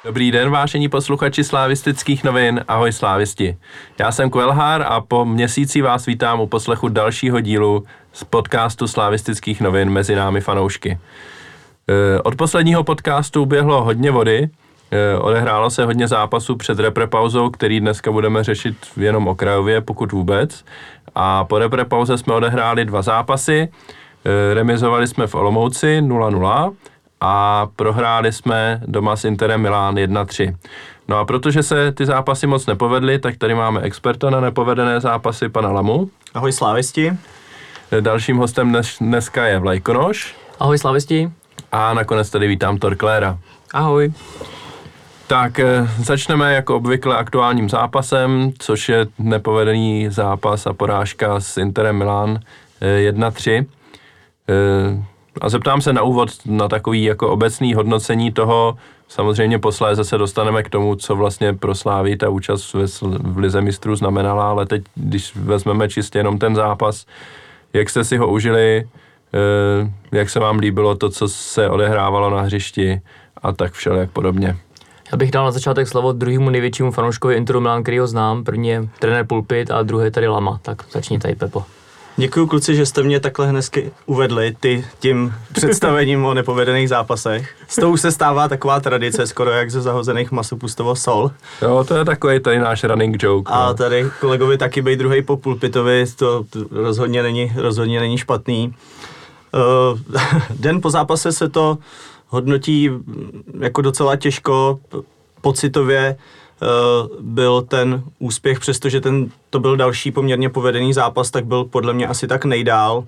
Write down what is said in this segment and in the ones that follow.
Dobrý den, vážení posluchači slavistických novin, ahoj slávisti. Já jsem Kvelhár a po měsíci vás vítám u poslechu dalšího dílu z podcastu slavistických novin Mezi námi fanoušky. Od posledního podcastu uběhlo hodně vody, odehrálo se hodně zápasů před reprepauzou, který dneska budeme řešit jenom okrajově, pokud vůbec. A po reprepauze jsme odehráli 2 zápasy, remizovali jsme v Olomouci 0-0 a prohráli jsme doma s Interem Milán 1-3. No a protože se ty zápasy moc nepovedly, tak tady máme experta na nepovedené zápasy, pana Lamu. Ahoj slávisti. Dalším hostem dneska je Vlajkonoš. Ahoj slávisti. A nakonec tady vítám Torkléra. Ahoj. Tak začneme jako obvykle aktuálním zápasem, což je nepovedený zápas a porážka s Interem Milán 1-3. A zeptám se na úvod na takový jako obecný hodnocení toho, samozřejmě posléze se dostaneme k tomu, co vlastně pro Slávii ta účast v Lize mistrů znamenala, ale teď, když vezmeme čistě jenom ten zápas, jak jste si ho užili, jak se vám líbilo to, co se odehrávalo na hřišti a tak všelijak podobně. Já bych dal na začátek slovo druhému největšímu fanouškovi Interu Milan, který ho znám. První je trenér Pulpit a druhý je tady Lama, tak začni tady, Pepo. Děkuju kluci, že jste mě takhle hezky uvedli tím představením o nepovedených zápasech. Z toho už se stává taková tradice, skoro jak ze zahozených masu pustovo sol. Jo, to je takový tady náš running joke. A tady kolegovi taky bej druhej po Pulpitovi, to rozhodně není špatný. Den po zápase se to hodnotí jako docela těžko, pocitově byl ten úspěch, přestože to byl další poměrně povedený zápas, tak byl podle mě asi tak nejdál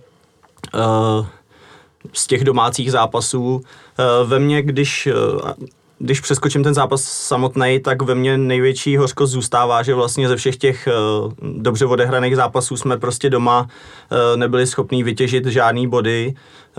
z těch domácích zápasů. Ve mně, když přeskočím ten zápas samotný, tak ve mně největší hořkost zůstává, že vlastně ze všech těch dobře odehraných zápasů jsme prostě doma nebyli schopní vytěžit žádný body,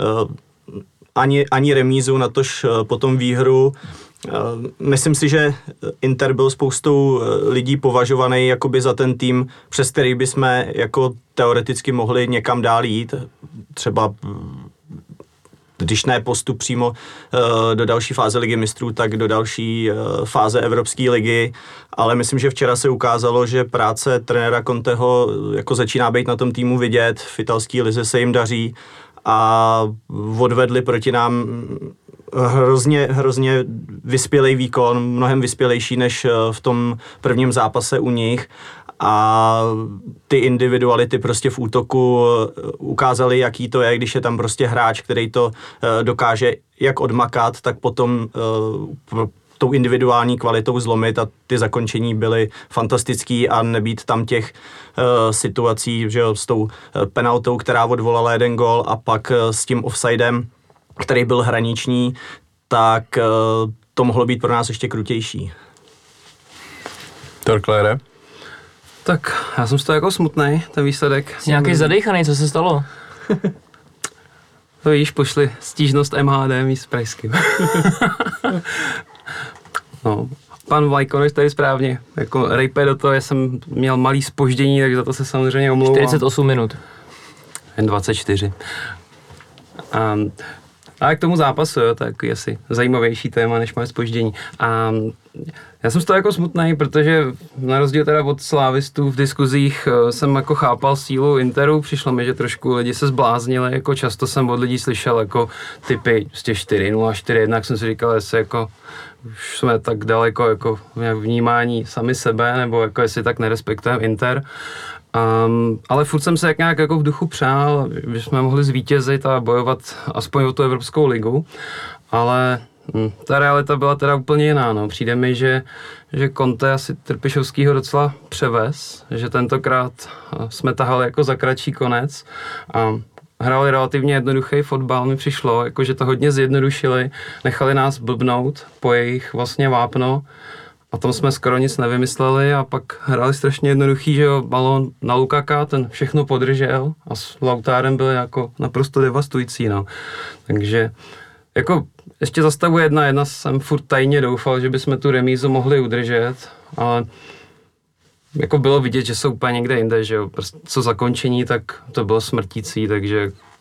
ani remízu, natož potom výhru. Myslím si, že Inter byl spoustou lidí považovaný jakoby za ten tým, přes který bychom jako teoreticky mohli někam dál jít. Třeba když ne postup přímo do další fáze Ligy mistrů, tak do další fáze Evropské ligy. Ale myslím, že včera se ukázalo, že práce trenéra Conteho jako začíná být na tom týmu vidět. V italské lize se jim daří a odvedli proti nám hrozně vyspělej výkon, mnohem vyspělejší než v tom prvním zápase u nich. A ty individuality prostě v útoku ukázaly, jaký to je, když je tam prostě hráč, který to dokáže jak odmakat, tak potom tou individuální kvalitou zlomit, a ty zakončení byly fantastický a nebýt tam těch situací, že jo, s tou penaltou, která odvolala jeden gól, a pak s tím offsidem, který byl hraniční, tak to mohlo být pro nás ještě krutější. Torklére? Tak, já jsem z toho jako smutnej, ten výsledek. Jsi nějaký zadejchaný, co se stalo? To víš, pošli stížnost MHD míst s pražským. No, pan Vlajkonoš tady správně, jako rejpe do toho, já jsem měl malý zpoždění, takže za to se samozřejmě omlouvám. 48 minut. Jen 24. A k tomu zápasu, jo, tak je asi zajímavější téma, než moje zpoždění. A já jsem z toho jako smutnej, protože na rozdíl teda od slávistů v diskuzích jsem jako chápal sílu Interu, přišlo mi, že trošku lidi se zbláznili, jako často jsem od lidí slyšel jako typy prostě 4-0, 4-1, jak jsem si říkal, jestli jako už jsme tak daleko jako v vnímání sami sebe, nebo jako jestli tak nerespektujeme Inter. Ale furt jsem se nějak jako v duchu přál, že jsme mohli zvítězit a bojovat aspoň o tu Evropskou ligu, ale ta realita byla teda úplně jiná, no. Přijde mi, že Conte asi Trpišovskýho docela převez, že tentokrát jsme tahali jako za kratší konec a hráli relativně jednoduchý fotbal, mi přišlo, jako že to hodně zjednodušili, nechali nás blbnout po jejich vlastně vápno. A tam jsme skoro nic nevymysleli a pak hráli strašně jednoduchý, že jo, balón na Lukaka, ten všechno podržel a s Lautárem byl jako naprosto devastující, no. Takže jako ještě za stavu 1-1 jsem furt tajně doufal, že bychom tu remízu mohli udržet, ale jako bylo vidět, že jsou úplně někde jinde, že jo, prostě co zakončení, tak to bylo smrtící, takže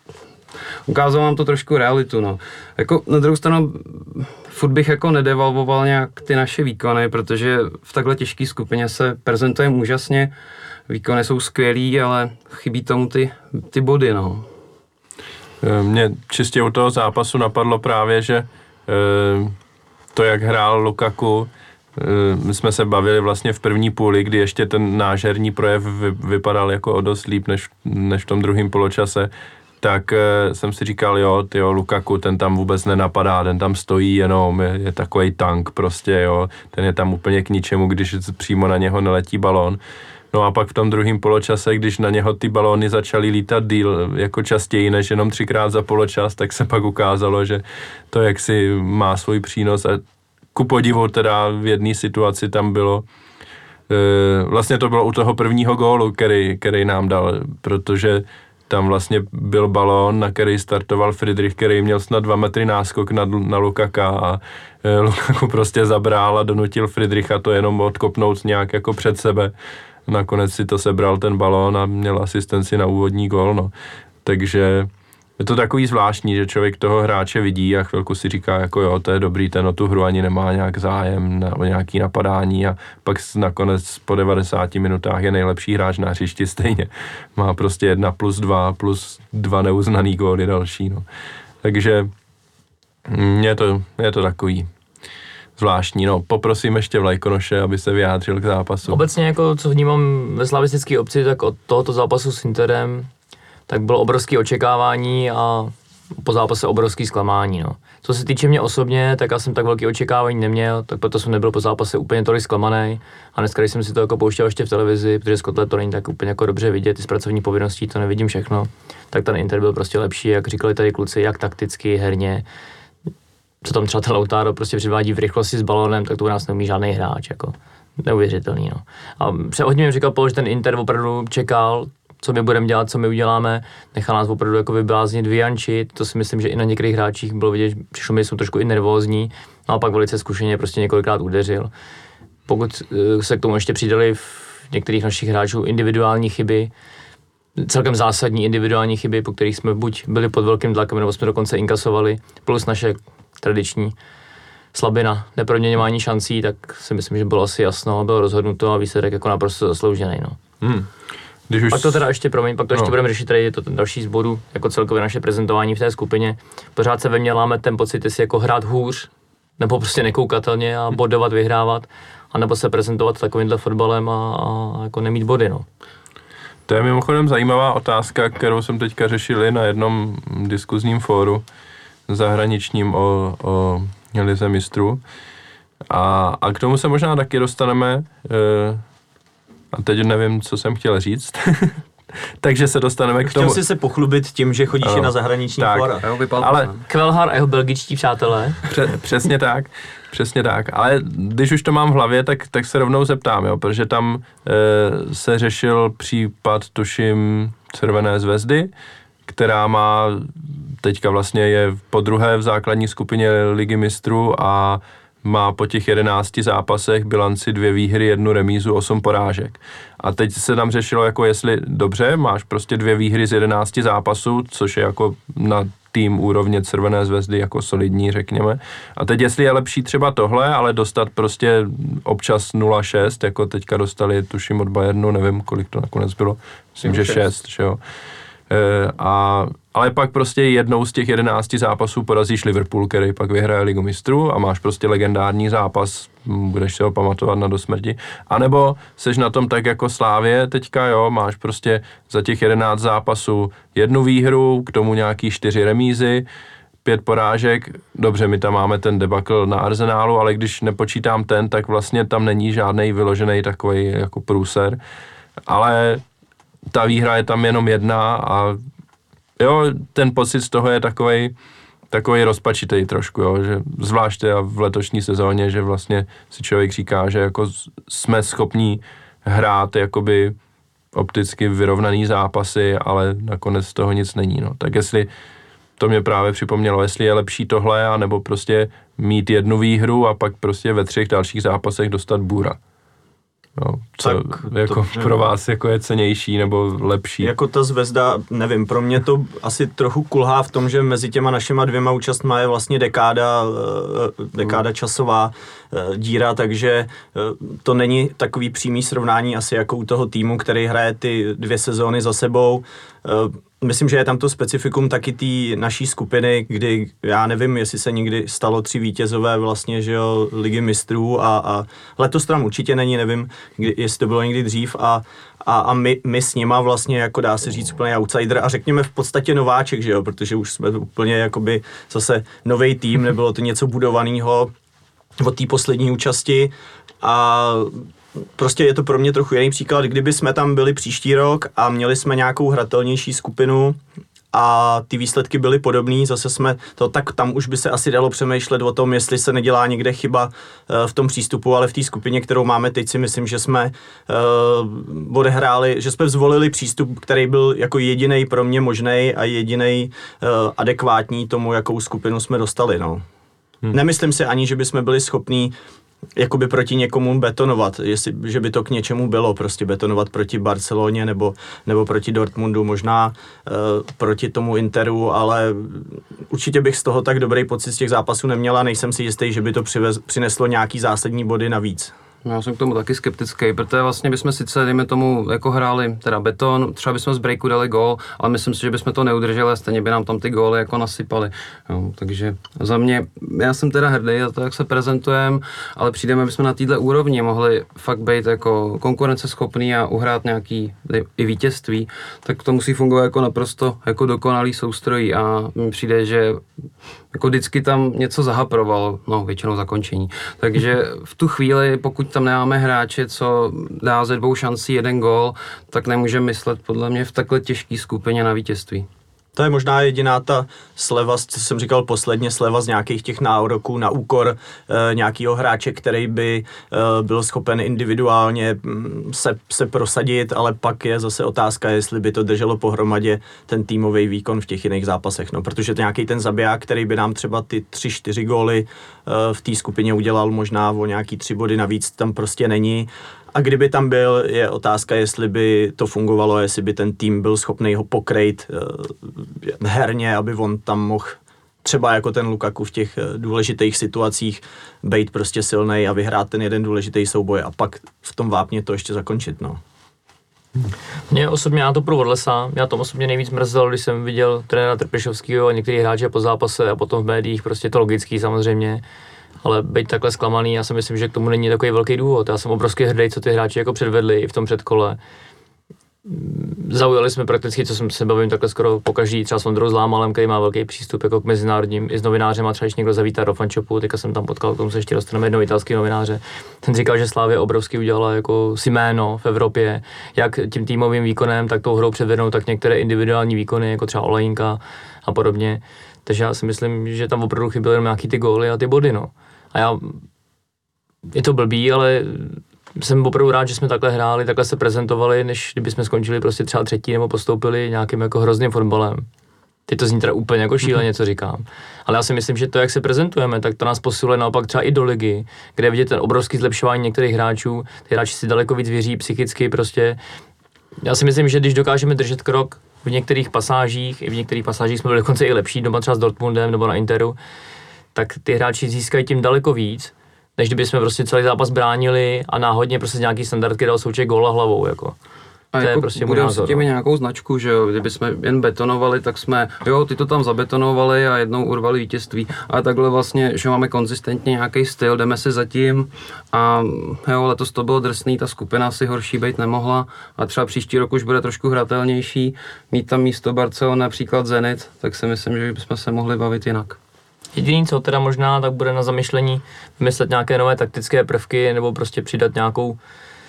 ukázalo nám to trošku realitu, no. Jako na druhou stranu furt bych jako nedevalvoval nějak ty naše výkony, protože v takhle těžké skupině se prezentujeme úžasně, výkony jsou skvělý, ale chybí tomu ty body, no. Mě čistě u toho zápasu napadlo právě, že to, jak hrál Lukaku, my jsme se bavili vlastně v první půli, kdy ještě ten náš herní projev vypadal jako o dost líp než v tom druhém poločase, tak jsem si říkal, jo, Lukaku, ten tam vůbec nenapadá, ten tam stojí jenom, je takovej tank prostě, jo, ten je tam úplně k ničemu, když přímo na něho neletí balón. No a pak v tom druhém poločase, když na něho ty balóny začaly lítat díl, jako častěji než jenom 3krát za poločas, tak se pak ukázalo, že to jaksi má svůj přínos a ku podivu teda v jedné situaci tam bylo, vlastně to bylo u toho prvního gólu, který nám dal, protože tam vlastně byl balón, na který startoval Friedrich, který měl snad 2 metry náskok na Lukaka a Lukaku prostě zabral a donutil Friedricha to jenom odkopnout nějak jako před sebe. Nakonec si to sebral ten balón a měl asistenci na úvodní gól, no. Takže je to takový zvláštní, že člověk toho hráče vidí a chvilku si říká, jako jo, to je dobrý, ten o tu hru ani nemá nějak zájem o nějaký napadání a pak nakonec po 90 minutách je nejlepší hráč na hřišti stejně. Má prostě 1+2 plus 2 neuznaný góly další, no. Takže je to takový zvláštní, no. Poprosím ještě Vlajkonoše, aby se vyjádřil k zápasu. Obecně, jako co vnímám ve slavistické obci, tak od tohoto zápasu s Interem tak bylo obrovské očekávání a po zápase obrovské zklamání, no. Co se týče mě osobně, tak já jsem tak velké očekávání neměl, tak proto jsem nebyl po zápase úplně tolik zklamaný. A dneska, když jsem si to jako pouštěl ještě v televizi, protože z kotle to není tak úplně jako dobře vidět, z pracovní povinností to nevidím všechno, tak ten Inter byl prostě lepší, jak říkali tady kluci, jak takticky, herně. Co tam třeba ten Lautaro prostě předvádí v rychlosti s balónem, tak to u nás neumí žádný hráč, jako neuvěřitelný, no. A hodně mi říkal Paul, že ten Inter opravdu čekal, co my budeme dělat, co my uděláme, nechal nás opravdu jako vybláznit, vyjančit, to si myslím, že i na některých hráčích bylo vidět, že přišlo mi, jsou trošku i nervózní, no a pak velice zkušeně prostě několikrát udeřil. Pokud se k tomu ještě přidali v některých našich hráčů individuální chyby, celkem zásadní individuální chyby, po kterých jsme buď byli pod velkým tlakem, nebo jsme dokonce inkasovali, plus naše tradiční slabina, neproměňování šancí, tak si myslím, že bylo asi jasno, bylo rozhodnuto a výsledek jako naprosto zasloužený, no. Pak to teda ještě, ještě budeme řešit tady to ten další z bodů, jako celkově naše prezentování v té skupině. Pořád se ve mně láme ten pocit, jestli jako hrát hůř, nebo prostě nekoukatelně a bodovat, vyhrávat, anebo se prezentovat takovýmhle fotbalem a jako nemít body, no. To je mimochodem zajímavá otázka, kterou jsem teďka řešil na jednom diskuzním fóru zahraničním o lize mistrů. A k tomu se možná taky dostaneme. A teď nevím, co jsem chtěl říct. Takže se dostaneme k tomu. Chtěl jsi se pochlubit tím, že chodíš na zahraniční fóra. Ale Kvelhár a jeho belgičtí přátelé. Přesně tak. Ale když už to mám v hlavě, tak se rovnou zeptám, jo, protože tam se řešil případ, tuším, Červené Zvezdy, která má teďka vlastně je podruhé v základní skupině Ligy mistrů a má po těch 11 zápasech bilanci 2 výhry, 1 remízu, 8 porážek. A teď se tam řešilo, jako jestli dobře, máš prostě 2 výhry z 11 zápasů, což je jako na tým úrovně Červené Zvezdy jako solidní, řekněme. A teď jestli je lepší třeba tohle, ale dostat prostě občas 0-6, jako teďka dostali, tuším od Bayernu, nevím, kolik to nakonec bylo, myslím, že 6, že jo. Ale pak prostě jednou z těch 11 zápasů porazíš Liverpool, který pak vyhraje Ligu mistrů a máš prostě legendární zápas, budeš si ho pamatovat na dosmrti. A nebo seš na tom tak jako Slávě teďka, jo, máš prostě za těch 11 zápasů 1 výhru, k tomu nějaký 4 remízy, 5 porážek. Dobře, my tam máme ten debakl na Arsenálu, ale když nepočítám ten, tak vlastně tam není žádnej vyložený takový jako průser. Ale ta výhra je tam jenom 1 a jo, ten pocit z toho je takovej rozpačitej trošku, jo, že zvláště v letošní sezóně, že vlastně si člověk říká, že jako jsme schopní hrát jakoby opticky vyrovnaný zápasy, ale nakonec z toho nic není, no. Tak jestli, to mě právě připomnělo, jestli je lepší tohle, anebo prostě mít 1 výhru a pak prostě ve 3 dalších zápasech dostat bůra. No, co Tak jako to, pro vás jako je cenější nebo lepší? Jako ta Zvezda, nevím, pro mě to asi trochu kulhá v tom, že mezi těma našima dvěma účastma je vlastně dekáda časová díra, takže to není takový přímý srovnání asi jako u toho týmu, který hraje ty 2 sezóny za sebou. Myslím, že je tam to specifikum taky té naší skupiny, kdy já nevím, jestli se někdy stalo 3 vítězové vlastně, že jo, Ligy mistrů a letos tam určitě není, nevím, jestli to bylo někdy dřív a my s nima vlastně, jako dá se říct, úplně outsider a řekněme v podstatě nováček, že jo, protože už jsme úplně jakoby zase novej tým, nebylo to něco budovaného od té poslední účasti a prostě je to pro mě trochu jiný příklad, kdyby jsme tam byli příští rok a měli jsme nějakou hratelnější skupinu a ty výsledky byly podobný, zase jsme to, tak tam už by se asi dalo přemýšlet o tom, jestli se nedělá někde chyba v tom přístupu, ale v té skupině, kterou máme teď, si myslím, že jsme odehráli, že jsme zvolili přístup, který byl jako jedinej pro mě možnej a jedinej adekvátní tomu, jakou skupinu jsme dostali, no. Nemyslím si ani, že bychom byli schopní jakoby proti někomu betonovat, že by to k něčemu bylo, prostě betonovat proti Barceloně nebo proti Dortmundu, možná proti tomu Interu, ale určitě bych z toho tak dobrý pocit z těch zápasů neměla, nejsem si jistý, že by to přineslo nějaký zásadní body navíc. Já jsem k tomu taky skeptický, protože vlastně bychom sice, dejme tomu, jako hráli teda beton, třeba bychom z breaku dali gól, ale myslím si, že bychom to neudrželi a stejně by nám tam ty góly jako nasypali. Jo, takže za mě, já jsem teda hrdý za to, jak se prezentujeme, ale přijdeme, abychom na této úrovni mohli fakt být jako konkurenceschopný a uhrát nějaký i vítězství, tak to musí fungovat jako naprosto jako dokonalý soustrojí a mi přijde, že jako vždycky tam něco zahaprovalo, no většinou zakončení. Takže v tu chvíli, pokud tam nemáme hráče, co dá ze 2 šancí 1 gól, tak nemůžeme myslet podle mě v takhle těžké skupině na vítězství. To je možná jediná ta sleva, co jsem říkal posledně, sleva z nějakých těch nároků na úkor nějakého hráče, který by byl schopen individuálně se prosadit, ale pak je zase otázka, jestli by to drželo pohromadě ten týmový výkon v těch jiných zápasech. No, protože to nějaký ten zabiják, který by nám třeba ty 3-4 góly v té skupině udělal možná o nějaký 3 body navíc, tam prostě není. A kdyby tam byl, je otázka, jestli by to fungovalo, jestli by ten tým byl schopný ho pokrejt herně, aby on tam mohl třeba jako ten Lukaku v těch důležitých situacích být prostě silnej a vyhrát ten jeden důležitý souboj a pak v tom vápně to ještě zakončit, no. Mě osobně, já to půjdu od lesa, já to osobně nejvíc mrzelo, když jsem viděl trenéra Trpišovského a některý hráče po zápase a potom v médiích, prostě to logický samozřejmě. Ale být takhle zklamaný, já si myslím, že k tomu není takový velký důvod. Já jsem obrovský hrdý, co ty hráči jako předvedli i v tom předkole. Zaujali jsme prakticky, co jsem se bavím takhle skoro pokaždý, třeba s Ondrou Zlámalem, který má velký přístup jako k mezinárodním, i s novinářem, a třeba když někdo zavítá do fanshopu, teďka jsem tam potkal, k tomu se ještě dostaneme, jednoho italského novináře. Ten říkal, že Slavia obrovský udělala jako si jméno v Evropě, jak tím týmovým výkonem, tak tou hrou předvednou, tak některé individuální výkony, jako třeba Olejnka a podobně. Takže já si myslím, že tam opravdu chyběly jenom nějaký ty góly a ty body, no. A je to blbý, ale jsem opravdu rád, že jsme takhle hráli, takhle se prezentovali, než kdyby jsme skončili prostě třeba 3. nebo postoupili nějakým jako hrozným fotbalem. Teď to zní teda úplně jako šíleně, co říkám. Ale já si myslím, že to, jak se prezentujeme, tak to nás posiluje naopak třeba i do ligy, kde vidět ten obrovský zlepšování některých hráčů. Ty hráči si daleko víc věří psychicky prostě. Já si myslím, že když dokážeme držet krok v některých pasážích, i v některých pasážích jsme byli dokonce i lepší, doma třeba s Dortmundem nebo na Interu, tak ty hráči získají tím daleko víc, než kdyby jsme prostě celý zápas bránili a náhodně prostě nějaký standardky dal souček góla hlavou, jako. A to jako je prostě budeme si těmi nějakou značku, že jo, kdyby jsme jen betonovali, tak jsme, jo, ty to tam zabetonovali a jednou urvali vítězství, ale takhle vlastně, že máme konzistentně nějaký styl, jdeme si zatím a jo, letos to bylo drsný, ta skupina si horší být nemohla a třeba příští rok už bude trošku hratelnější, mít tam místo Barcelona, například Zenit, tak si myslím, že bychom se mohli bavit jinak. Jediný, co teda možná, tak bude na zamyšlení vymyslet nějaké nové taktické prvky nebo prostě přidat nějakou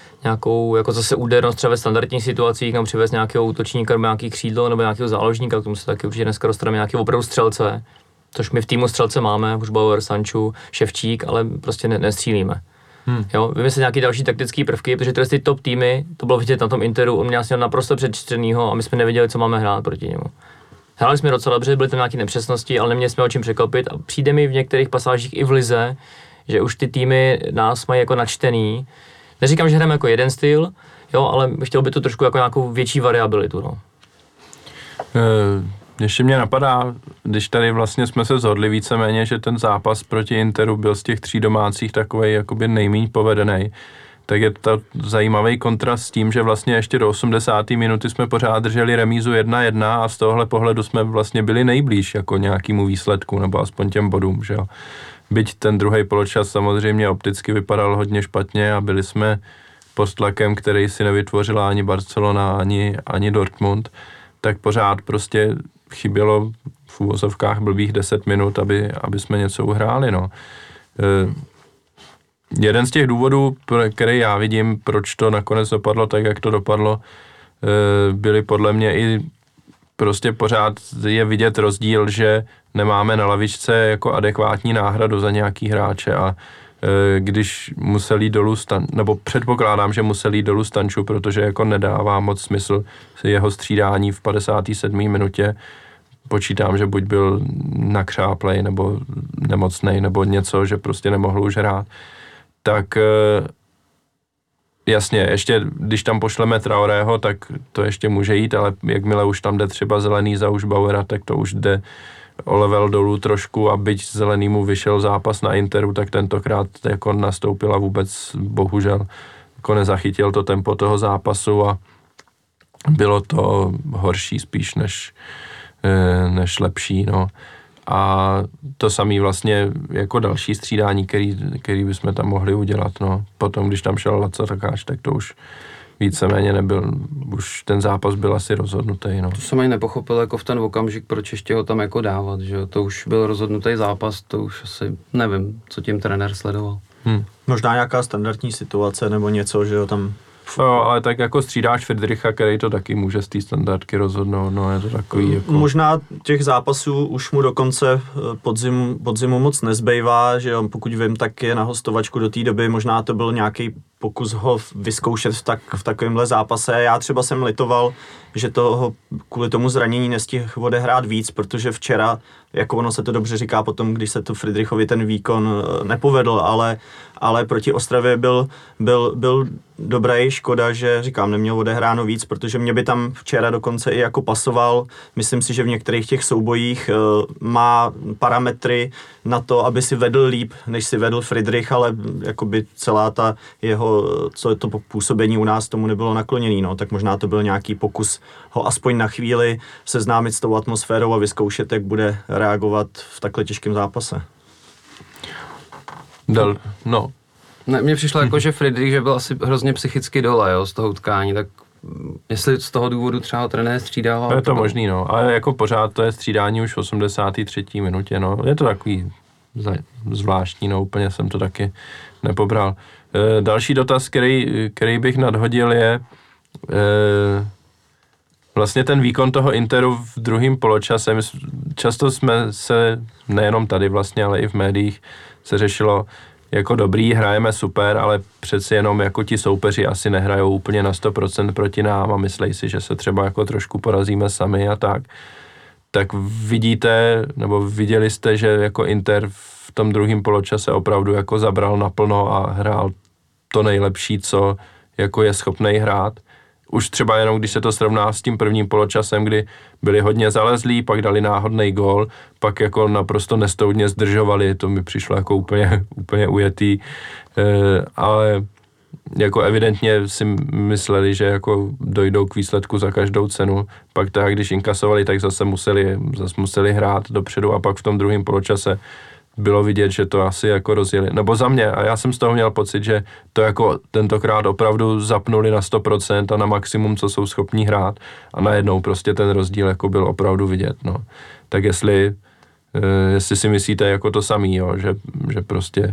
jako zase údernost třeba ve standardních situacích, kam přivést nějakého útočníka nebo nějaký křídlo nebo nějakého záložníka, k tomu se taky určitě dneska dostaneme nějaký opravdu střelce, což my v týmu střelce máme, už Bauer, Sancho, Ševčík, ale prostě nestřílíme. Jo, vymyslet nějaký další taktický prvky, protože ty top týmy, to bylo vidět na tom Interu, on měl naprosto předčtenýho a my jsme nevěděli, co máme hrát proti němu. Hráli jsme docela dobře, byly tam nějaké nepřesnosti, ale neměli jsme o čím překvapit a přijde mi v některých pasážích i v lize, že už ty týmy nás mají jako načtený, neříkám, že hrajeme jako jeden styl, jo, ale chtěl by to trošku jako nějakou větší variabilitu, no. Ještě mě napadá, když tady vlastně jsme se shodli víceméně, že ten zápas proti Interu byl z těch 3 domácích takovej jakoby nejméně povedený, tak je to zajímavý kontrast s tím, že vlastně ještě do 80. minuty jsme pořád drželi remízu 1-1 a z tohohle pohledu jsme vlastně byli nejblíž jako nějakému výsledku, nebo aspoň těm bodům, že jo. Byť ten druhý poločas samozřejmě opticky vypadal hodně špatně a byli jsme pod tlakem, který si nevytvořila ani Barcelona, ani Dortmund, tak pořád prostě chybělo v uvozovkách blbých 10 minut, aby jsme něco uhráli, no. Jeden z těch důvodů, který já vidím, proč to nakonec dopadlo tak, jak to dopadlo, byly podle mě i prostě pořád je vidět rozdíl, že nemáme na lavičce jako adekvátní náhradu za nějaký hráče a když musel jít dolů nebo předpokládám, že musel jít dolů Stanču, protože jako nedává moc smysl jeho střídání v 57. minutě. Počítám, že buď byl nakřáplej, nebo nemocnej, nebo něco, že prostě nemohl už hrát. Tak jasně, ještě když tam pošleme Traorého, tak to ještě může jít, ale jakmile už tam jde třeba Zelený za už Bauera, tak to už jde o level dolů trošku a byť Zelenýmu vyšel zápas na Interu, tak tentokrát jako nastoupil a vůbec bohužel jako nezachytil to tempo toho zápasu a bylo to horší spíš než lepší, no. A to samý vlastně jako další střídání, který bychom tam mohli udělat, no. Potom, když tam šel Laco Takáč, tak to už víceméně nebyl, už ten zápas byl asi rozhodnutý, no. To jsem ani nepochopil jako v ten okamžik, proč ještě ho tam jako dávat, že to už byl rozhodnutý zápas, to už asi nevím, co tím trenér sledoval. Možná nějaká standardní situace nebo něco, že jo, tam... No, ale tak jako střídáš Friedricha, který to taky může z té standardky rozhodnout, no je to takový jako... Možná těch zápasů už mu do konce podzimu moc nezbývá, že jo, pokud vím, tak je na hostovačku do té doby, možná to byl nějaký pokus ho vyzkoušet v takovémhle zápase. Já třeba jsem litoval, že toho kvůli tomu zranění nestihl odehrát víc, protože včera, jako ono se to dobře říká potom, když se to Friedrichovi ten výkon nepovedl, ale proti Ostravě byl dobrý, škoda, že říkám, neměl odehráno víc, protože mě by tam včera dokonce i jako pasoval. Myslím si, že v některých těch soubojích má parametry na to, aby si vedl líp, než si vedl Friedrich, ale jakoby celá ta jeho, co je to působení u nás, tomu nebylo nakloněný, no, tak možná to byl nějaký pokus ho aspoň na chvíli seznámit s tou atmosférou a vyzkoušet, jak bude reagovat v takhle těžkém zápase. No. Ne, mně přišlo jako, že Friedrich, že byl asi hrozně psychicky dole, jo, z toho utkání, tak jestli z toho důvodu třeba trenér střídával. Je to možný, no, ale jako pořád to je střídání už v 83. minutě, no, je to takový zvláštní, no, úplně jsem to taky nepobral. Další dotaz, který bych nadhodil je vlastně ten výkon toho Interu v druhém poločase. Často jsme se, nejenom tady vlastně, ale i v médiích se řešilo, jako dobrý, hrajeme super, ale přeci jenom jako ti soupeři asi nehrajou úplně na 100% proti nám a myslej si, že se třeba jako trošku porazíme sami a tak. Tak vidíte, nebo viděli jste, že jako Inter v tom druhém poločase opravdu jako zabral naplno a hrál to nejlepší, co jako je schopnej hrát. Už třeba jenom, když se to srovná s tím prvním poločasem, kdy byli hodně zalezlí, pak dali náhodný gól, pak jako naprosto nestoudně zdržovali, to mi přišlo jako úplně ujetý, ale jako evidentně si mysleli, že jako dojdou k výsledku za každou cenu, pak tak, když inkasovali, tak zase museli hrát dopředu a pak v tom druhém poločase bylo vidět, že to asi jako rozjeli, nebo za mě, a já jsem z toho měl pocit, že to jako tentokrát opravdu zapnuli na 100% a na maximum, co jsou schopní hrát a najednou prostě ten rozdíl jako byl opravdu vidět, no. Tak jestli si myslíte jako to samý, jo, že prostě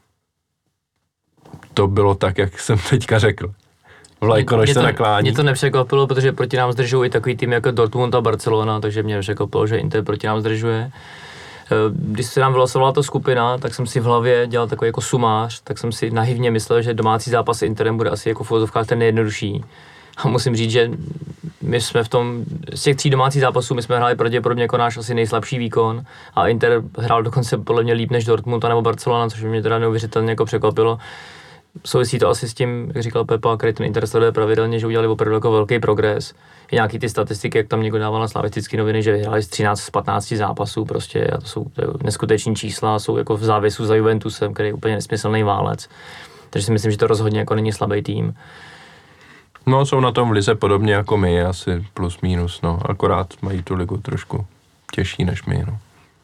to bylo tak, jak jsem teďka řekl. Vlajko, než se naklání. Mě to nepřekvapilo, protože proti nám zdržují i takový tým jako Dortmund a Barcelona, takže mě nepřekvapilo, že Inter proti nám zdržuje. Když se nám vylosovala ta skupina, tak jsem si v hlavě dělal takový jako sumář, tak jsem si naivně myslel, že domácí zápas s Interem bude asi jako v uvozovkách ten nejjednodušší. A musím říct, že my jsme z těch 3 domácích zápasů, my jsme hráli pravděpodobně jako náš asi nejslabší výkon a Inter hrál dokonce podle mě líp než Dortmund nebo Barcelona, což mě teda neuvěřitelně jako překvapilo. souvisí to asi s tím, jak říkal Pepa, který ten Inter sleduje pravidelně, že udělali opravdu jako velký progres. Je nějaký ty statistiky, jak tam někdo dával na Slavistické noviny, že vyhráli z 13 z 15 zápasů prostě a to jsou neskuteční čísla, jsou jako v závěsu za Juventusem, který je úplně nesmyslný válec. Takže si myslím, že to rozhodně jako není slabý tým. No, jsou na tom v lize podobně jako my, asi plus minus, no. Akorát mají tu ligu trošku těžší než my, no.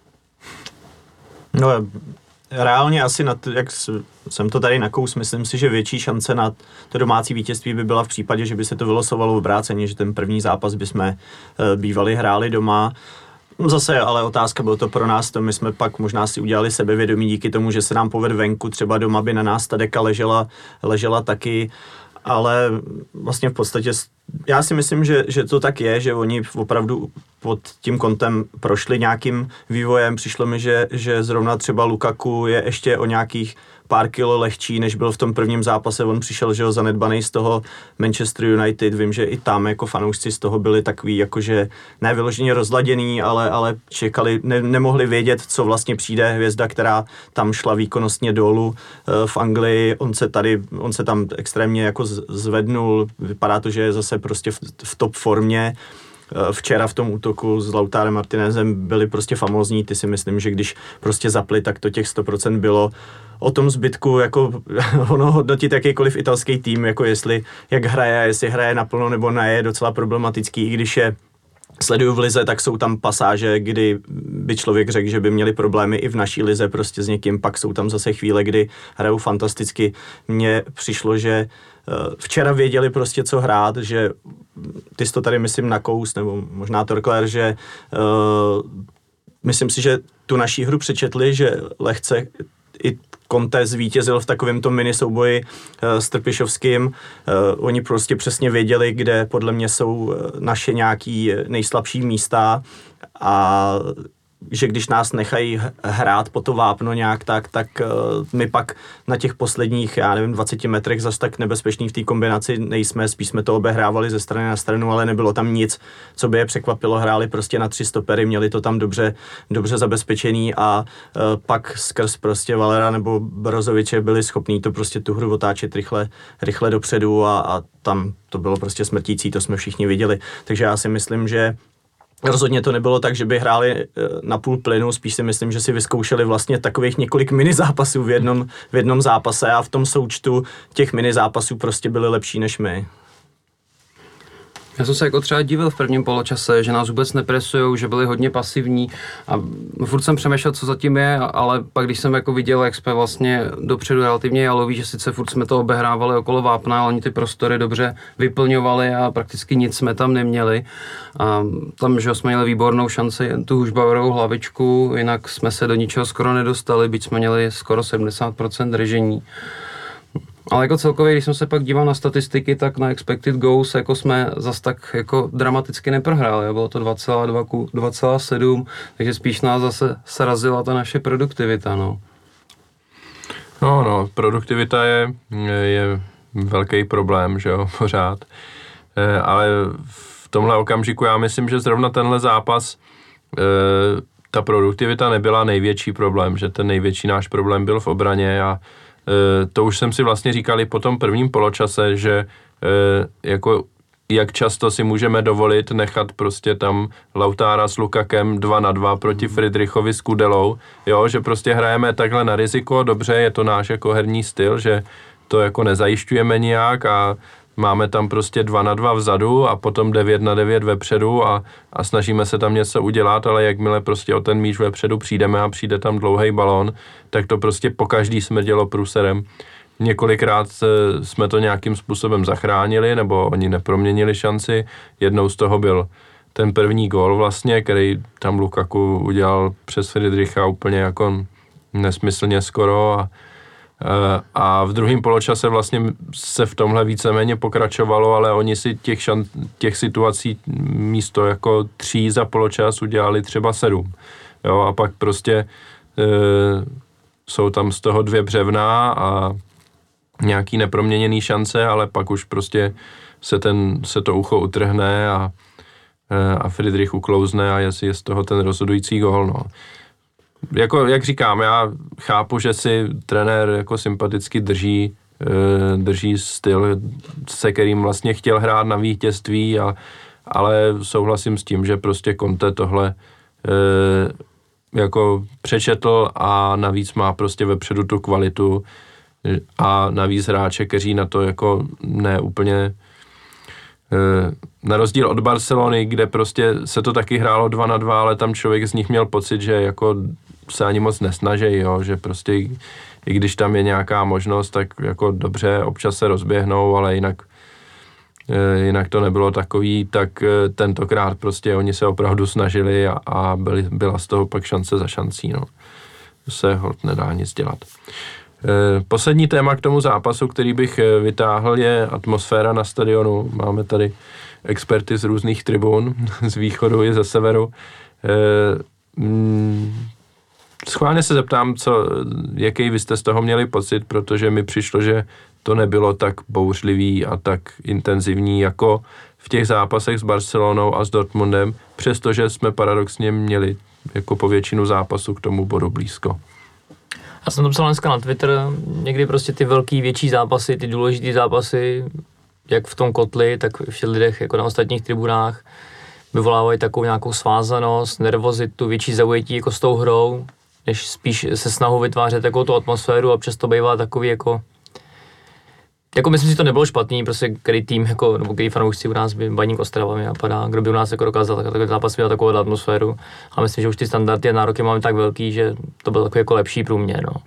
No, reálně asi, jak jsem to tady nakous, myslím si, že větší šance na to domácí vítězství by byla v případě, že by se to vylosovalo v obráceně, že ten první zápas bychom bývali hráli doma. Zase ale otázka, bylo to pro nás, to my jsme pak možná si udělali sebevědomí díky tomu, že se nám povedl venku, třeba doma by na nás ta deka ležela taky, ale vlastně v podstatě já si myslím, že to tak je, že oni opravdu pod tím kontem prošli nějakým vývojem. Přišlo mi, že zrovna třeba Lukaku je ještě o nějakých pár kilo lehčí, než byl v tom prvním zápase. On přišel, že ho zanedbaný z toho Manchester United. Vím, že i tam jako fanoušci z toho byli takový, jakože ne vyloženě rozladěný, ale čekali, nemohli vědět, co vlastně přijde. Hvězda, která tam šla výkonnostně dolů v Anglii. On se tam extrémně jako zvednul. Vypadá to, že je zase prostě v top formě. Včera v tom útoku s Lautárem Martinezem byli prostě famózní, ty si myslím, že když prostě zapli, tak to těch 100% bylo. O tom zbytku, jako ono hodnotit jakýkoliv italský tým, jako jak hraje, jestli hraje naplno nebo ne, je docela problematický, i když je sleduju v lize, tak jsou tam pasáže, kdy by člověk řekl, že by měli problémy i v naší lize prostě s někým, pak jsou tam zase chvíle, kdy hrajou fantasticky. Mně přišlo, že včera věděli prostě, co hrát, že ty jsi to tady, myslím, nakous, nebo možná Torkler, že myslím si, že tu naší hru přečetli, že lehce i Conte zvítězil v takovém tom mini souboji s Trpišovským. Oni prostě přesně věděli, kde podle mě jsou naše nějaký nejslabší místa a že když nás nechají hrát po to vápno nějak tak my pak na těch posledních, 20 metrech zas tak nebezpečný v té kombinaci nejsme, spíš jsme to obehrávali ze strany na stranu, ale nebylo tam nic, co by je překvapilo, hráli prostě na 3 stopery, měli to tam dobře zabezpečený a pak skrz prostě Valera nebo Brozoviče byli schopní to prostě tu hru otáčet rychle dopředu a tam to bylo prostě smrtící, to jsme všichni viděli, takže já si myslím, že rozhodně to nebylo tak, že by hráli na půl plynu, spíš si myslím, že si vyzkoušeli vlastně takových několik minizápasů v jednom zápase a v tom součtu těch minizápasů prostě byli lepší než my. Já jsem se jako třeba divil v prvním poločase, že nás vůbec nepresujou, že byli hodně pasivní a furt jsem přemýšlel, co zatím je, ale pak když jsem jako viděl, jak jsme vlastně dopředu relativně jaloví, že sice furt jsme to obehrávali okolo vápna, ale oni ty prostory dobře vyplňovali a prakticky nic jsme tam neměli. A tam, že jsme měli výbornou šanci, jen tu Hušbauerovou hlavičku, jinak jsme se do ničeho skoro nedostali, byť jsme měli skoro 70% držení. Ale jako celkově, když jsem se pak díval na statistiky, tak na expected goals jako jsme zas tak jako dramaticky neprohráli. Bylo to 2,2 ku 2,7, takže spíš nás zase srazila ta naše produktivita, no. No, produktivita je velký problém, že jo, pořád. Ale v tomhle okamžiku já myslím, že zrovna tenhle zápas ta produktivita nebyla největší problém, že ten největší náš problém byl v obraně a to už jsem si vlastně říkali po tom prvním poločase, že jako jak často si můžeme dovolit nechat prostě tam Lautára s Lukakem 2-2 proti Friedrichovi s Kudelou, jo, že prostě hrajeme takhle na riziko, dobře, je to náš jako herní styl, že to jako nezajišťujeme nijak a máme tam prostě 2-2 vzadu a potom 9-9 vepředu a snažíme se tam něco udělat, ale jakmile prostě o ten míč vepředu přijdeme a přijde tam dlouhý balón, tak to prostě pokaždý smrdělo průserem. Několikrát jsme to nějakým způsobem zachránili, nebo oni neproměnili šanci. Jednou z toho byl ten první gól vlastně, který tam Lukaku udělal přes Friedricha úplně jako nesmyslně skoro a v druhém poločase vlastně se v tomhle víceméně pokračovalo, ale oni si těch situací místo jako 3 za poločas udělali třeba 7. Jo, a pak prostě jsou tam z toho 2 břevná a nějaký neproměněný šance, ale pak už prostě se to ucho utrhne a Friedrich uklouzne a je z toho ten rozhodující gól, no. Jako, jak říkám, já chápu, že si trenér jako sympaticky drží drží styl, se kterým vlastně chtěl hrát na vítězství, ale souhlasím s tím, že prostě Conte tohle jako přečetl a navíc má prostě vepředu tu kvalitu a navíc hráče, kteří na to jako ne úplně na rozdíl od Barcelony, kde prostě se to taky hrálo 2-2, ale tam člověk z nich měl pocit, že jako se ani moc nesnaží, jo, že prostě i když tam je nějaká možnost, tak jako dobře, občas se rozběhnou, ale jinak to nebylo takový, tak tentokrát prostě oni se opravdu snažili a byla z toho pak šance za šancí, no. To se holt nedá nic dělat. Poslední téma k tomu zápasu, který bych vytáhl, je atmosféra na stadionu. Máme tady experty z různých tribun, z východu i ze severu. Schválně se zeptám, jaký vy jste z toho měli pocit, protože mi přišlo, že to nebylo tak bouřlivý a tak intenzivní jako v těch zápasech s Barcelonou a s Dortmundem, přestože jsme paradoxně měli jako po většinu zápasu k tomu bodu blízko. Já jsem to psal dneska na Twitter, někdy prostě ty velký, větší zápasy, ty důležitý zápasy, jak v tom kotli, tak v těch lidech jako na ostatních tribunách, vyvolávají takovou nějakou svázanost, nervozitu, větší zaujetí jako s tou hrou, než spíš se snahou vytvářet takovou tu atmosféru a přesto bývá takový jako myslím si, to nebylo špatný, prostě který tým, jako, nebo který fanoušci u nás, Baník Ostrava mi napadá, kdo by u nás jako dokázal takový zápas měl takovou atmosféru, a myslím, že už ty standardy a nároky máme tak velký, že to byl takový jako lepší průměr, no.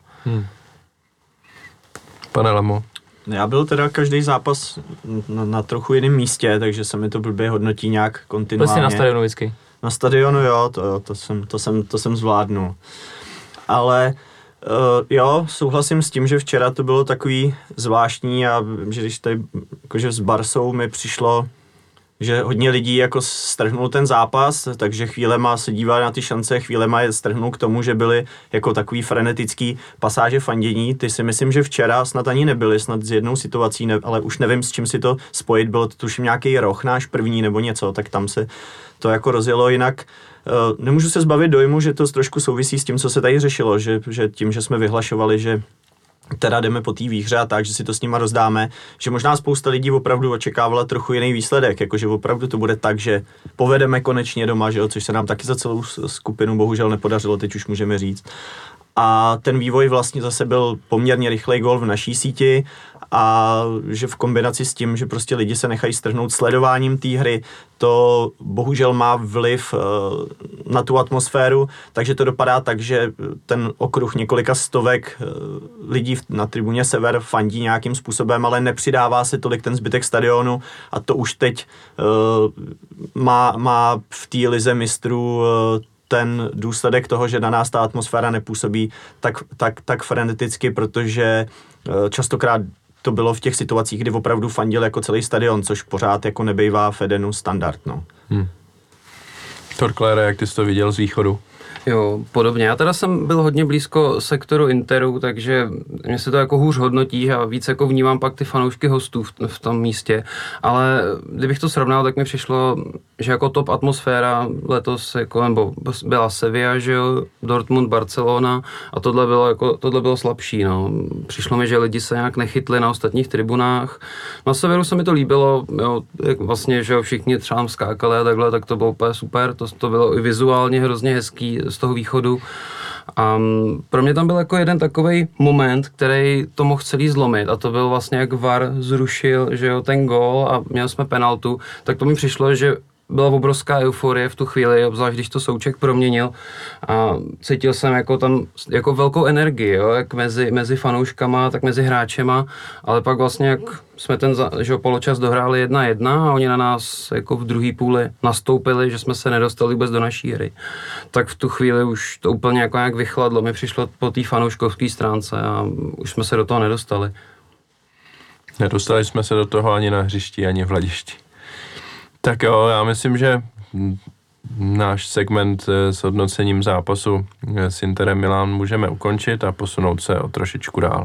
Pane Lamo. Já byl teda každý zápas na trochu jiném místě, takže se mi to blbě hodnotí nějak kontinuálně. Prostě na stadionu vždycky. Na stadionu jo, to jsem zvládnul. Ale jo, souhlasím s tím, že včera to bylo takový zvláštní a že když tady jakože s Barsou mi přišlo, že hodně lidí jako strhnul ten zápas, takže chvílema se dívali na ty šance, chvílema je strhnul k tomu, že byly jako takový frenetický pasáže fandění. Ty si myslím, že včera snad ani nebyly, snad s jednou situací, ale už nevím, s čím si to spojit, bylo to tuším nějaký roh náš první nebo něco, tak tam se to jako rozjelo. Jinak nemůžu se zbavit dojmu, že to trošku souvisí s tím, co se tady řešilo, že tím, že jsme vyhlašovali, že teda jdeme po té výhře a tak, že si to s nima rozdáme, že možná spousta lidí opravdu očekávala trochu jiný výsledek, jakože opravdu to bude tak, že povedeme konečně doma, že jo, což se nám taky za celou skupinu bohužel nepodařilo, teď už můžeme říct. A ten vývoj vlastně zase byl poměrně rychlej gól v naší síti a že v kombinaci s tím, že prostě lidi se nechají strhnout sledováním té hry, to bohužel má vliv na tu atmosféru, takže to dopadá tak, že ten okruh několika stovek lidí na tribuně Sever fandí nějakým způsobem, ale nepřidává se tolik ten zbytek stadionu a to už teď má v té lize mistrů ten důsledek toho, že na nás ta atmosféra nepůsobí tak freneticky, protože častokrát to bylo v těch situacích, kdy opravdu fandil jako celý stadion, což pořád jako nebejvá v Edenu standard, no. Torklére, jak ty jsi to viděl z východu? Jo, podobně. Já teda jsem byl hodně blízko sektoru Interu, takže mě se to jako hůř hodnotí a víc jako vnímám pak ty fanoušky hostů v tom místě. Ale kdybych to srovnal, tak mi přišlo, že jako top atmosféra letos jako, nebo byla Sevilla, že jo, Dortmund, Barcelona a tohle bylo slabší, no. Přišlo mi, že lidi se nějak nechytli na ostatních tribunách. Na severu se mi to líbilo, jo, vlastně, že jo, všichni třeba skákali a takhle, tak to bylo úplně super, to bylo i vizuálně hrozně hezký z toho východu. A pro mě tam byl jako jeden takovej moment, který to mohl celý zlomit a to byl vlastně, jak VAR zrušil, že jo, ten gól a měli jsme penaltu, tak to mi přišlo, že byla obrovská euforie v tu chvíli, obzvlášť když to Souček proměnil a cítil jsem jako tam jako velkou energii, jo, jak mezi fanouškama, tak mezi hráčema, ale pak vlastně jak jsme ten poločas dohráli 1-1 a oni na nás jako v druhé půli nastoupili, že jsme se nedostali vůbec do naší hry. Tak v tu chvíli už to úplně jako nějak vychladlo, mi přišlo po té fanouškovské stránce a už jsme se do toho nedostali. Nedostali jsme se do toho ani na hřišti, ani v hledišti. Tak jo, já myslím, že náš segment s hodnocením zápasu s Interem Milán můžeme ukončit a posunout se o trošičku dál.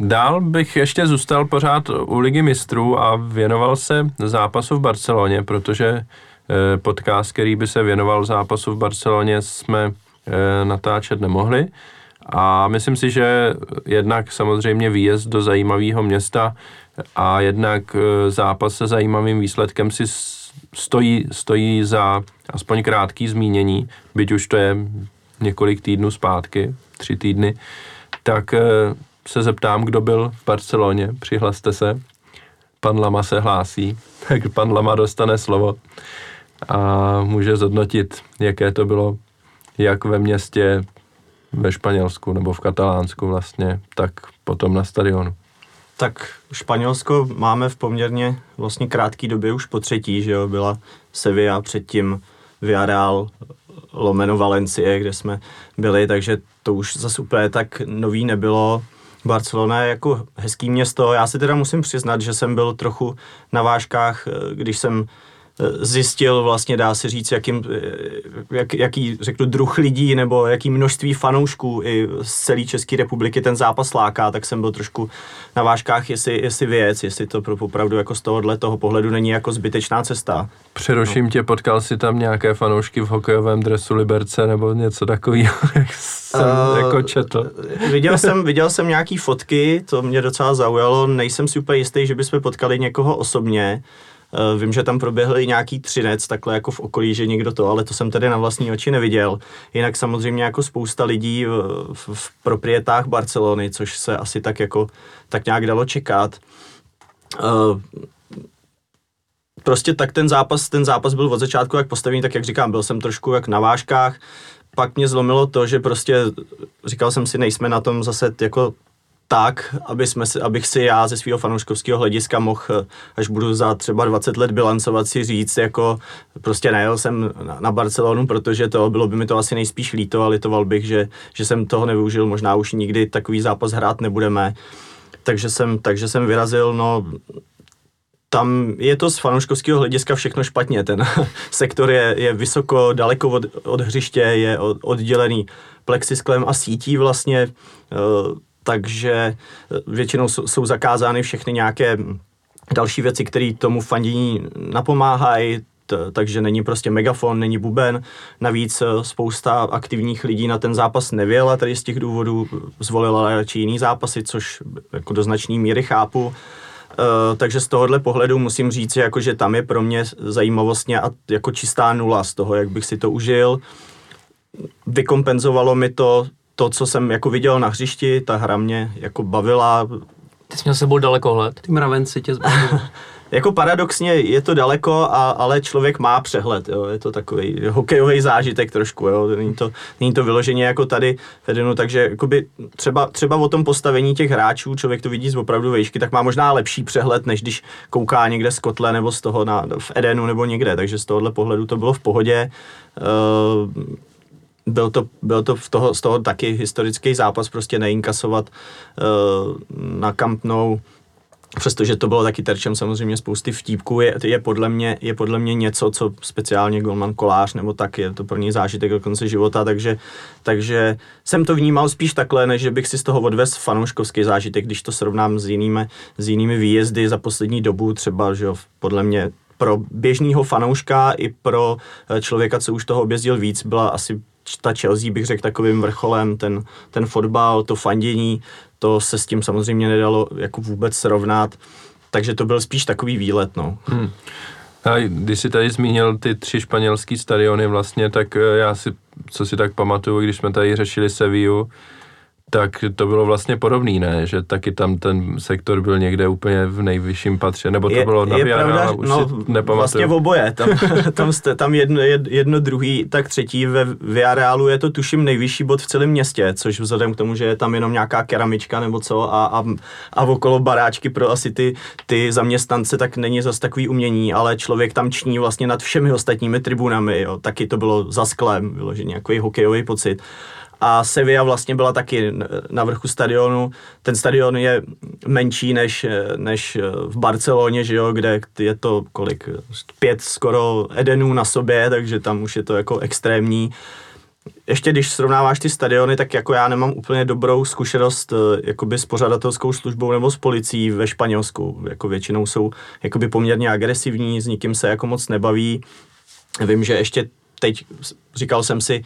Dál bych ještě zůstal pořád u Ligy mistrů a věnoval se zápasu v Barceloně, protože podcast, který by se věnoval zápasu v Barceloně, jsme natáčet nemohli. A myslím si, že jednak samozřejmě výjezd do zajímavého města a jednak zápas se zajímavým výsledkem si stojí za aspoň krátký zmínění, byť už to je několik týdnů zpátky, 3 týdny, tak se zeptám, kdo byl v Barceloně, přihlaste se. Pan Lama se hlásí, tak pan Lama dostane slovo a může zhodnotit, jaké to bylo jak ve městě, ve Španělsku nebo v Katalánsku vlastně, tak potom na stadionu. Tak Španělsko máme v poměrně vlastně krátké době už po třetí, že jo, byla Sevilla, předtím Villarreal, lomeno Valencie, kde jsme byli, takže to už zase úplně tak nový nebylo. Barcelona je jako hezký město, já si teda musím přiznat, že jsem byl trochu na vážkách, když jsem zjistil vlastně, dá se říct, jaký řeknu druh lidí nebo jaký množství fanoušků i z celé České republiky ten zápas láká, tak jsem byl trošku na vážkách, jestli to opravdu jako z toho pohledu není jako zbytečná cesta. Přeruším tě, potkal jsi tam nějaké fanoušky v hokejovém dresu Liberce nebo něco takového, jak jsem jako četl? Viděl jsem nějaký fotky, to mě docela zaujalo, nejsem si úplně jistý, že bychom potkali někoho osobně. Vím, že tam proběhl i nějaký třinec, takhle jako v okolí, že někdo to, ale to jsem tady na vlastní oči neviděl. Jinak samozřejmě jako spousta lidí v proprietách Barcelony, což se asi tak nějak dalo čekat. Prostě tak ten zápas byl od začátku jak postavený, tak jak říkám, byl jsem trošku jak na vážkách. Pak mě zlomilo to, že prostě říkal jsem si, nejsme na tom zase jako tak, abych si já ze svého fanouškovského hlediska mohl, až budu za třeba 20 let bilancovat, si říct, jako prostě nejel jsem na Barcelonu, protože bylo by mi to asi nejspíš líto a litoval bych, že jsem toho nevyužil, možná už nikdy takový zápas hrát nebudeme. Takže jsem vyrazil, no tam je to z fanouškovského hlediska všechno špatně, ten sektor je vysoko, daleko od hřiště, je oddělený plexisklem a sítí vlastně, takže většinou jsou zakázány všechny nějaké další věci, které tomu fandění napomáhají, takže není prostě megafon, není buben. Navíc spousta aktivních lidí na ten zápas nevěla, tady z těch důvodů zvolila radši jiný zápasy, což jako do značné míry chápu. Takže z tohohle pohledu musím říct, jako, že tam je pro mě zajímavostně a jako čistá nula z toho, jak bych si to užil. Vykompenzovalo mi to, co jsem jako viděl na hřišti, ta hra mě jako bavila. Ty jsi měl sebou dalekohled. Ty mravenci tě zbavili. Jako paradoxně je to daleko, ale člověk má přehled, jo. Je to takový hokejový zážitek trošku, jo. Není to vyloženě jako tady v Edenu, takže jakoby třeba o tom postavení těch hráčů, člověk to vidí z opravdu vejšky, tak má možná lepší přehled, než když kouká někde z kotle nebo z toho v Edenu nebo někde, takže z tohohle pohledu to bylo v pohodě. Byl to z toho taky historický zápas, prostě neinkasovat na Camp Nou, přestože to bylo taky terčem samozřejmě spousty vtípků, je podle mě něco, co speciálně golman Kolář nebo tak, je to pro něj zážitek do konce života, takže jsem to vnímal spíš takhle, než že bych si z toho odvez fanouškovský zážitek, když to srovnám s jinými výjezdy za poslední dobu, třeba, že podle mě pro běžného fanouška i pro člověka, co už toho objezdil víc, byla asi ta Chelsea, bych řekl, takovým vrcholem, ten fotbal, to fandění, to se s tím samozřejmě nedalo jako vůbec srovnat, takže to byl spíš takový výlet, no. A když jsi tady zmínil ty 3 španělský stadiony vlastně, tak já co si tak pamatuju, když jsme tady řešili Sevillu, tak to bylo vlastně podobný, ne? Že taky tam ten sektor byl někde úplně v nejvyšším patře, nebo to bylo na Villarreal, už si nepamatuju. Vlastně v oboje, tam jedno druhý, tak třetí, ve Villarrealu je to tuším nejvyšší bod v celém městě, což vzhledem k tomu, že je tam jenom nějaká keramička nebo co a okolo baráčky pro asi ty zaměstnance, tak není zas takový umění, ale člověk tam ční vlastně nad všemi ostatními tribunami, jo. Taky to bylo za sklem, vyloženě nějaký hokejový pocit. A Sevilla vlastně byla taky na vrchu stadionu. Ten stadion je menší než v Barceloně, že jo, kde je to 5 skoro Edenů na sobě, takže tam už je to jako extrémní. ještě když srovnáváš ty stadiony, tak jako já nemám úplně dobrou zkušenost jakoby s pořadatelskou službou nebo s policií ve Španělsku. Jako většinou jsou jakoby poměrně agresivní, s nikým se jako moc nebaví. Vím, že ještě teď, říkal jsem si,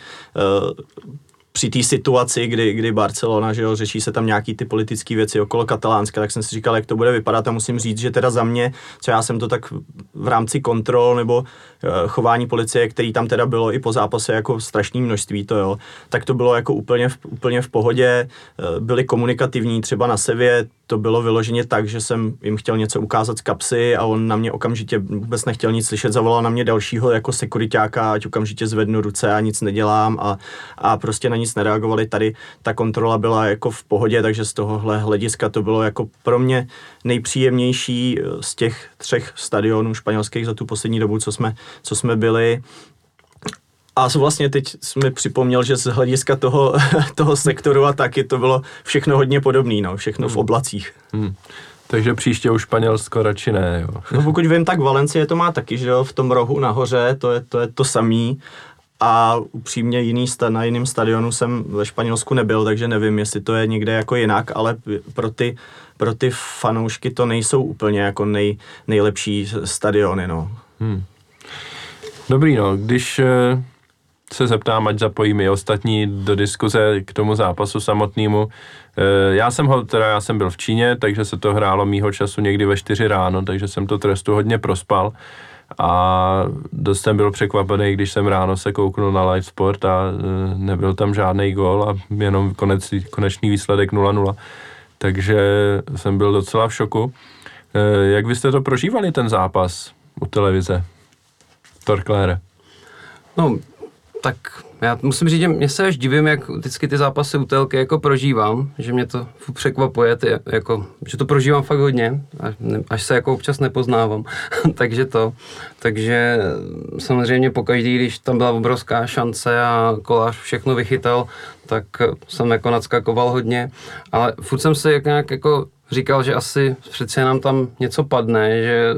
při té situaci, kdy Barcelona, že jo, řeší se tam nějaký ty politické věci okolo Katalánska, tak jsem si říkal, jak to bude vypadat a musím říct, že teda za mě, co já jsem to tak v rámci kontrol nebo chování policie, který tam teda bylo i po zápase jako strašné množství, to jo, tak to bylo jako úplně v pohodě, byli komunikativní, třeba na Sevě to bylo vyloženě tak, že jsem jim chtěl něco ukázat z kapsy a on na mě okamžitě vůbec nechtěl nic slyšet, zavolal na mě dalšího jako sekuriťáka, ať okamžitě zvednu ruce a nic nedělám a prostě na nic nereagovali. Tady ta kontrola byla jako v pohodě, takže z tohohle hlediska to bylo jako pro mě nejpříjemnější z těch 3 stadionů španělských za tu poslední dobu, co jsme byli. A vlastně teď mi připomněl, že z hlediska toho sektoru a taky to bylo všechno hodně podobné, no, všechno v oblacích. Takže příště už Španělsko radši ne, jo. No pokud vím, tak Valencie to má taky, že jo, v tom rohu nahoře, to je to samý. A upřímně na jiném stadionu jsem ve Španělsku nebyl, takže nevím, jestli to je někde jako jinak, ale pro ty fanoušky to nejsou úplně jako nejlepší stadiony, no. Dobrý, no, když se zeptám, ať zapojíme i ostatní do diskuze k tomu zápasu samotnému. Já jsem byl v Číně, takže se to hrálo mýho času někdy ve 4 ráno, takže jsem to trestu hodně prospal a dost jsem byl překvapený, když jsem ráno se kouknul na live sport a nebyl tam žádný gól a jenom konečný výsledek 0-0. Takže jsem byl docela v šoku. Jak vy jste to prožívali, ten zápas u televize? Torklére. No, tak já musím říct, že mě se až divím, jak vždycky ty zápasy u telky jako prožívám, že mě to překvapuje, že to prožívám fakt hodně, až se jako občas nepoznávám. Takže samozřejmě pokaždý, když tam byla obrovská šance a Kolář všechno vychytal, tak jsem jako nadskakoval hodně, ale furt jsem si nějak jako říkal, že asi přece nám tam něco padne, že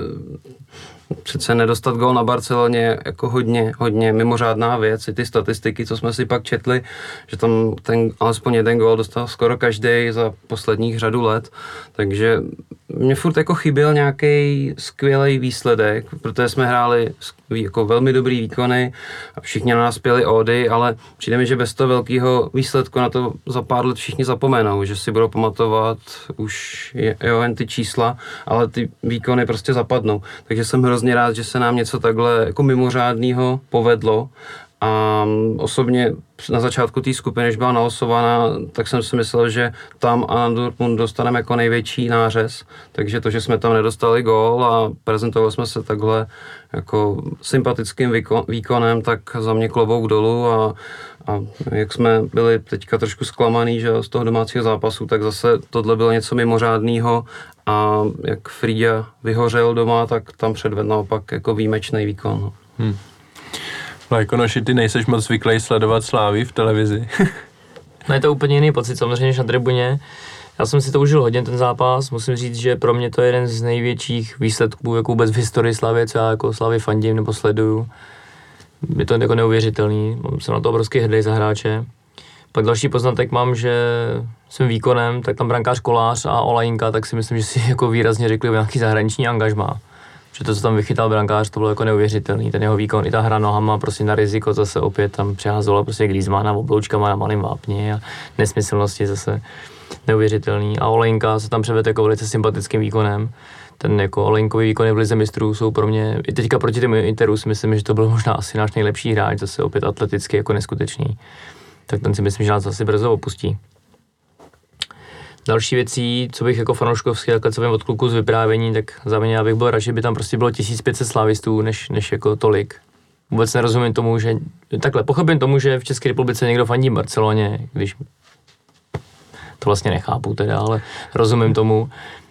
přece nedostat gól na Barceloně jako hodně mimořádná věc, i ty statistiky, co jsme si pak četli, že tam alespoň jeden gól dostal skoro každý za posledních řadu let, takže mě furt jako chyběl nějaký skvělý výsledek, protože jsme hráli jako velmi dobrý výkony a všichni na nás pěli ódy, ale přijde mi, že bez toho velkého výsledku na to za pár let všichni zapomenou, že si budou pamatovat už jen ty čísla, ale ty výkony prostě zapadnou. Takže jsem hrozně rád, že se nám něco takhle jako mimořádného povedlo. A osobně na začátku té skupiny, než byla nalosována, tak jsem si myslel, že tam a na Dortmund dostaneme jako největší nářez. Takže to, že jsme tam nedostali gól a prezentovali jsme se takhle jako sympatickým výkonem, tak za mě klobouk dolů a jak jsme byli teďka trošku zklamaný, že z toho domácího zápasu, tak zase tohle bylo něco mimořádného a jak Frida vyhořel doma, tak tam předvedl naopak jako výjimečný výkon. Lajkonoši, ty nejseš moc zvyklý sledovat Slávy v televizi. No je to úplně jiný pocit, samozřejmě než na tribuně. Já jsem si to užil hodně, ten zápas. Musím říct, že pro mě to je jeden z největších výsledků jako vůbec v historii Slavie, co já jako Slavii fandím nebo sleduju. Je to jako neuvěřitelný, jsem na to obrovský hrdý za hráče. Pak další poznatek mám, že svým výkonem, tak tam brankář Kolář a Olajinka, tak si myslím, že si jako výrazně řekli o nějaký zahraniční angažmá. Že to, co tam vychytal brankář, to bylo jako neuvěřitelný, ten jeho výkon, i ta hra nohama, prostě na riziko zase opět tam přehazovala prostě Griezmana obloučkama na malým vápni a nesmyslnosti zase neuvěřitelný. A Olejnka se tam převedl jako velice sympatickým výkonem. Ten jako Olejnkový výkony v lize mistrů jsou pro mě, i teďka proti těm Interu si myslím, že to byl možná asi náš nejlepší hráč, zase opět atleticky jako neskutečný. Tak ten si myslím, že nás asi brzo opustí. Další věcí, co bych jako fanouškovský, takhle co vím od kluku z vyprávění, tak za mě já bych byl radši, by tam prostě bylo 1500 slávistů, než jako tolik. Vůbec nerozumím tomu, že, takhle pochopím tomu, že v České republice někdo fandí Barceloně, když to vlastně nechápu teda, ale rozumím tomu.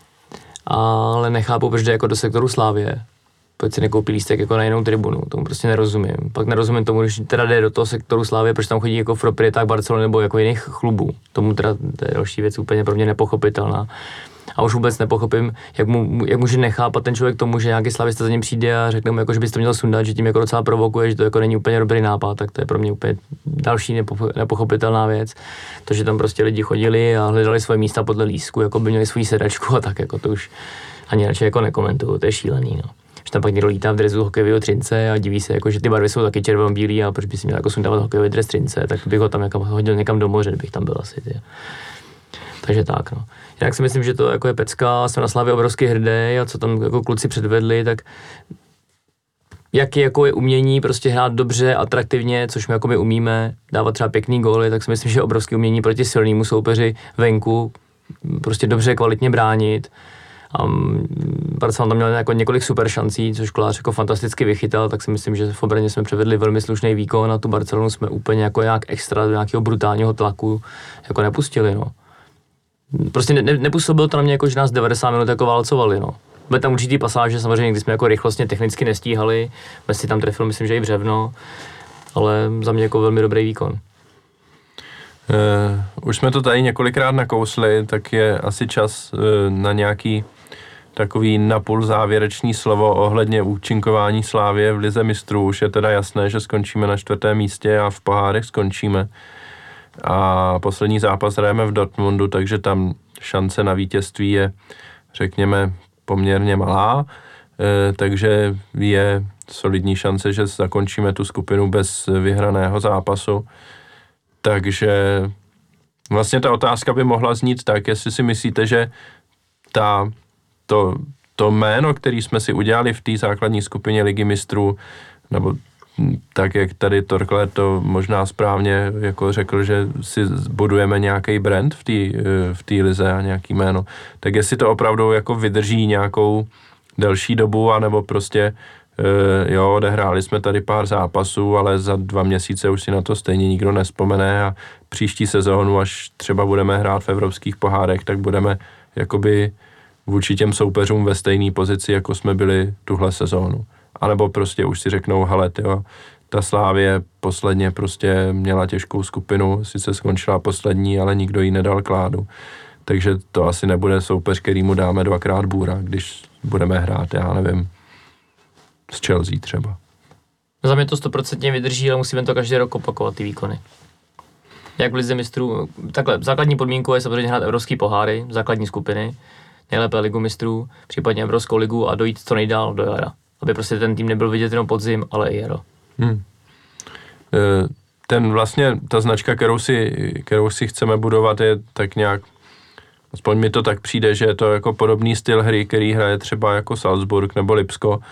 Ale nechápu, proč jde jako do sektoru Slávie. Proč si nekoupí lístek jako na jinou tribunu, tomu prostě nerozumím. Pak nerozumím tomu, když teda jde do toho sektoru Slávie, proč tam chodí jako proprietách Barcelony nebo jako jiných klubů. Tomu teda to je další věc úplně pro mě nepochopitelná. A už vůbec nepochopím, jak může nechápat ten člověk tomu, že nějaký slavista za ním přijde a řekne mu, jako, že bys to měl sundat, že tím jako docela provokuje, že to jako není úplně dobrý nápad, tak to je pro mě úplně další nepochopitelná věc. To, že tam prostě lidi chodili a hledali svoje místa podle lístku, jako by měli svou sedačku a tak, jako to už ani radši jako nekomentuju, to je šílený, no. Že tam pak někdo lítá v dresu hokejového Třince a diví se, jako, že ty barvy jsou taky červeno-bílý a proč by si měl jako sundávat hokejový dres Třince, tak bych ho tam jako hodil někam do moře, kdybych tam byl asi. Tě. Takže tak, no. Jinak si myslím, že to jako je pecka, jsem na Slávě obrovský hrdý a co tam jako kluci předvedli, tak jaký jako je umění prostě hrát dobře, atraktivně, což my jako my umíme, dávat třeba pěkný góly, tak si myslím, že je obrovský umění proti silnému soupeři venku, prostě dobře, kvalitně bránit. A Barcelona tam měl jako několik super šancí, což Kolář jako fantasticky vychytal, tak si myslím, že v obraně jsme převedli velmi slušný výkon a tu Barcelonu jsme úplně jako nějak extra do nějakého brutálního tlaku jako nepustili, no. Prostě nepůsobil to na mě jako, že nás 90 minut jako válcovali, no. Byly tam určitý pasáže, samozřejmě, kdy jsme jako rychlostně technicky nestíhali, Messi tam trefil, myslím, že i břevno, ale za mě jako velmi dobrý výkon. Už jsme to tady několikrát nakousli, tak je asi čas na nějaký takový napůl závěrečný slovo ohledně účinkování Slávie v Lize mistrů. Už je teda jasné, že skončíme na 4. místě a v pohárech skončíme. A poslední zápas hrajeme v Dortmundu, takže tam šance na vítězství je, řekněme, poměrně malá. Takže je solidní šance, že zakončíme tu skupinu bez vyhraného zápasu. Takže vlastně ta otázka by mohla znít tak, jestli si myslíte, že to jméno, který jsme si udělali v té základní skupině Ligy mistrů, nebo tak, jak tady Torkle to možná správně jako řekl, že si budujeme nějaký brand v té lize a nějaký jméno, tak jestli to opravdu jako vydrží nějakou delší dobu, anebo prostě jo, odehráli jsme tady pár zápasů, ale za 2 měsíce už si na to stejně nikdo nespomene a příští sezónu, až třeba budeme hrát v evropských pohárech, tak budeme jakoby vůči těm soupeřům ve stejné pozici, jako jsme byli tuhle sezónu. A nebo prostě už si řeknou, hele, tyjo, ta Slávie posledně prostě měla těžkou skupinu, sice skončila poslední, ale nikdo jí nedal kládu. Takže to asi nebude soupeř, kterýmu dáme 2x bůra, když budeme hrát, já nevím, s Chelsea třeba. Za mě to 100% vydrží, ale musíme to každý rok opakovat, ty výkony. Jak v Lize mistrů, takhle, základní podmínkou je samozřejmě hrát evropský poháry, základní skupiny, nejlépe Ligu mistrů, případně Evropskou ligu a dojít co nejdál do jara. Aby prostě ten tým nebyl vidět jenom podzim, ale i jaro. Ten vlastně, ta značka, kterou si chceme budovat, je tak nějak, aspoň mi to tak přijde, že je to jako podobný styl hry, který hraje třeba jako Salzburg nebo Lipsko,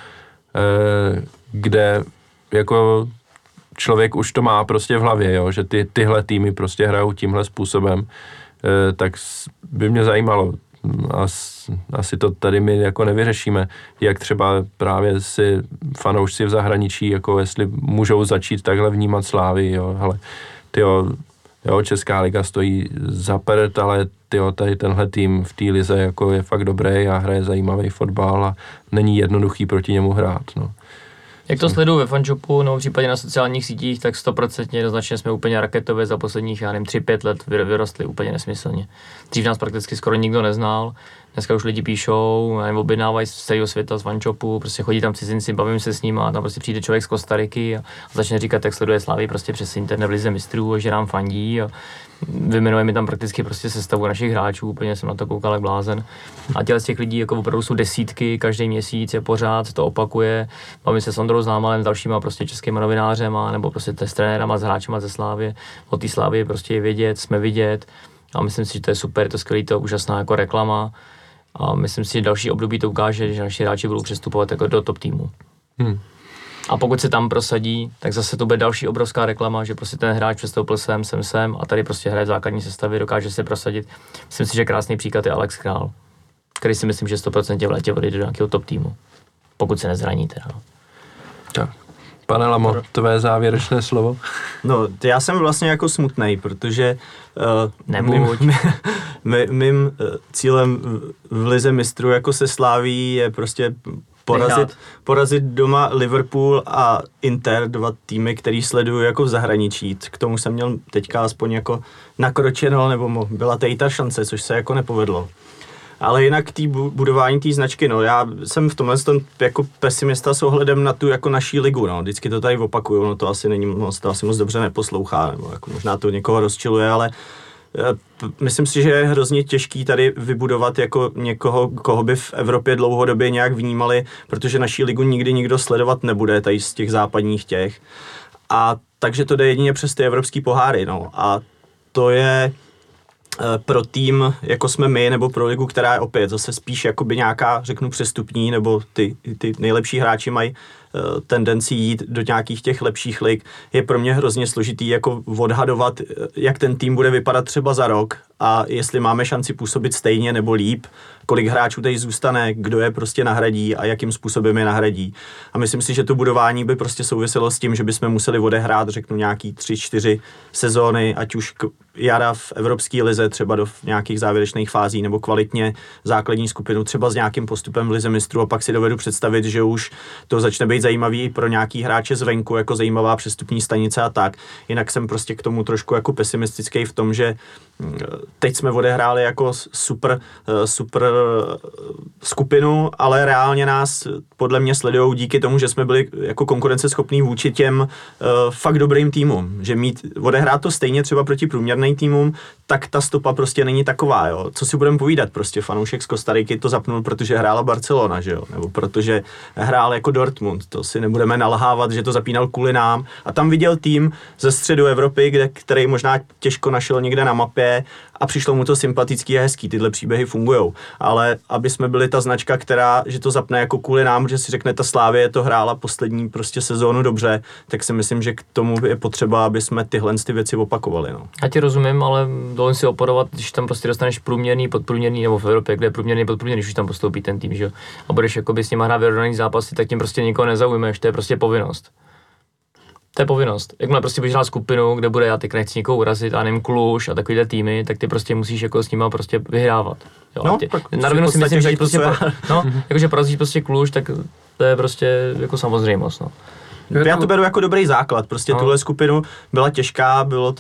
kde jako člověk už to má prostě v hlavě, jo, že tyhle týmy prostě hrajou tímhle způsobem, tak by mě zajímalo, asi to tady my jako nevyřešíme, jak třeba právě si fanoušci v zahraničí, jako jestli můžou začít takhle vnímat Slávy, jo, hele, jo, Česká liga stojí za prd, ale tady tenhle tým v té lize jako je fakt dobrý a hraje zajímavý fotbal a není jednoduchý proti němu hrát, no. Jak to sleduju ve fanshopu, nebo případně na sociálních sítích, tak 100% jednoznačně jsme úplně raketově za posledních, já nevím, 3-5 let vyrostli úplně nesmyslně. Dřív nás prakticky skoro nikdo neznal, dneska už lidi píšou, nebo objednávají z celého světa z fanshopu, prostě chodí tam cizinci, bavím se s nimi a tam prostě přijde člověk z Kostariky a začne říkat, jak sleduje Slávy prostě přes internet v Lize mistrů a že nám fandí a vyjmenuje mi tam prakticky prostě sestavu našich hráčů, úplně jsem na to koukal jak blázen. A těle z těch lidí jako opravdu jsou desítky, každý měsíc je pořád, to opakuje. Bavím se s Ondrou Zlámalem, s dalšíma prostě českými novinářema, nebo prostě s trenérama, s hráčema ze Slávy. O té Slávě prostě je vědět, jsme vidět. A myslím si, že to je super, je to skvělý, to je úžasná jako reklama. A myslím si, že další období to ukáže, že naši hráči budou přestupovat jako do top týmu. A pokud se tam prosadí, tak zase to bude další obrovská reklama, že prostě ten hráč přestoupil sem a tady prostě hraje v základní sestavě, dokáže se prosadit. Myslím si, že krásný příklad je Alex Král, který si myslím, že 100% v létě odejde do nějakého top týmu. Pokud se nezraní teda. Tak. Pane Lamo, tvé závěrečné slovo? No, já jsem vlastně jako smutnej, protože mým cílem v Lize mistrů jako se Slaví je prostě porazit doma Liverpool a Inter, 2 týmy, který sleduju jako v zahraničí. K tomu jsem měl teďka aspoň jako nakročeno, nebo byla tady ta šance, což se jako nepovedlo. Ale jinak k budování té značky, no já jsem v tomhle jako pesimista s ohledem na tu jako naší ligu, no. Vždycky to tady opakuju, no to asi není moc, to asi moc dobře neposlouchá, nebo jako možná to někoho rozčiluje, ale myslím si, že je hrozně těžký tady vybudovat jako někoho, koho by v Evropě dlouhodobě nějak vnímali, protože naší ligu nikdy nikdo sledovat nebude tady z těch západních těch. A takže to jde jedině přes ty evropský poháry, no. A to je pro tým, jako jsme my, nebo pro ligu, která je opět zase spíš jakoby nějaká, řeknu, přestupní, nebo ty nejlepší hráči mají tendenci jít do nějakých těch lepších lig, je pro mě hrozně složitý jako odhadovat, jak ten tým bude vypadat třeba za rok a jestli máme šanci působit stejně nebo líp, kolik hráčů tady zůstane, kdo je prostě nahradí a jakým způsobem je nahradí. A myslím si, že to budování by prostě souviselo s tím, že bychom museli odehrát, řeknu, nějaký 3-4 sezóny, ať už jara v Evropské lize, třeba do nějakých závěrečných fází, nebo kvalitně základní skupinu, třeba s nějakým postupem v lize mistrů, a pak si dovedu představit, že už to začne být zajímavý i pro nějaký hráče zvenku, jako zajímavá přestupní stanice a tak. Jinak jsem prostě k tomu trošku jako pesimistický v tom, že teď jsme odehráli jako super skupinu, ale reálně nás podle mě sledujou díky tomu, že jsme byli jako konkurenceschopní vůči těm fakt dobrým týmům. Že odehrát to stejně třeba proti průměrným týmům, tak ta stopa prostě není taková, jo. Co si budeme povídat, prostě fanoušek z Kostariky to zapnul, protože hrála Barcelona, že jo, nebo protože hrál jako Dortmund, to si nebudeme nalhávat, že to zapínal kvůli nám, a tam viděl tým ze středu Evropy, který možná těžko našel někde na mapě a přišlo mu to sympatický a hezký, tyhle příběhy fungujou, ale aby jsme byli ta značka, která, že to zapne jako kvůli nám, že si řekne, ta Slavie to hrála poslední prostě sezónu dobře, tak si myslím, že k tomu je potřeba, aby jsme tyhle ty věci opakovali, no. Já ti rozumím, ale dovolím si oporovat, když tam prostě dostaneš průměrný, podprůměrný, nebo v Evropě, kde je průměrný, podprůměrný, když už tam postoupí ten tým, že jo, a budeš jakoby s nimi hrát vyrovnaný zápasy, tak tím prostě nikoho nezaujmeš, to je prostě povinnost. To je povinnost. Jakmile prostě budeš hrát skupinu, kde bude, já teď nechci někoho urazit, a nevím, Kluž a takovýhle týmy, tak ty prostě musíš jako s nima prostě vyhrávat. Jo, no, na rovinu si myslím, že prostě jakože porazíš prostě Kluž, tak to je prostě jako samozřejmost, no. Já to beru jako dobrý základ, prostě tuhle skupinu byla těžká, bylo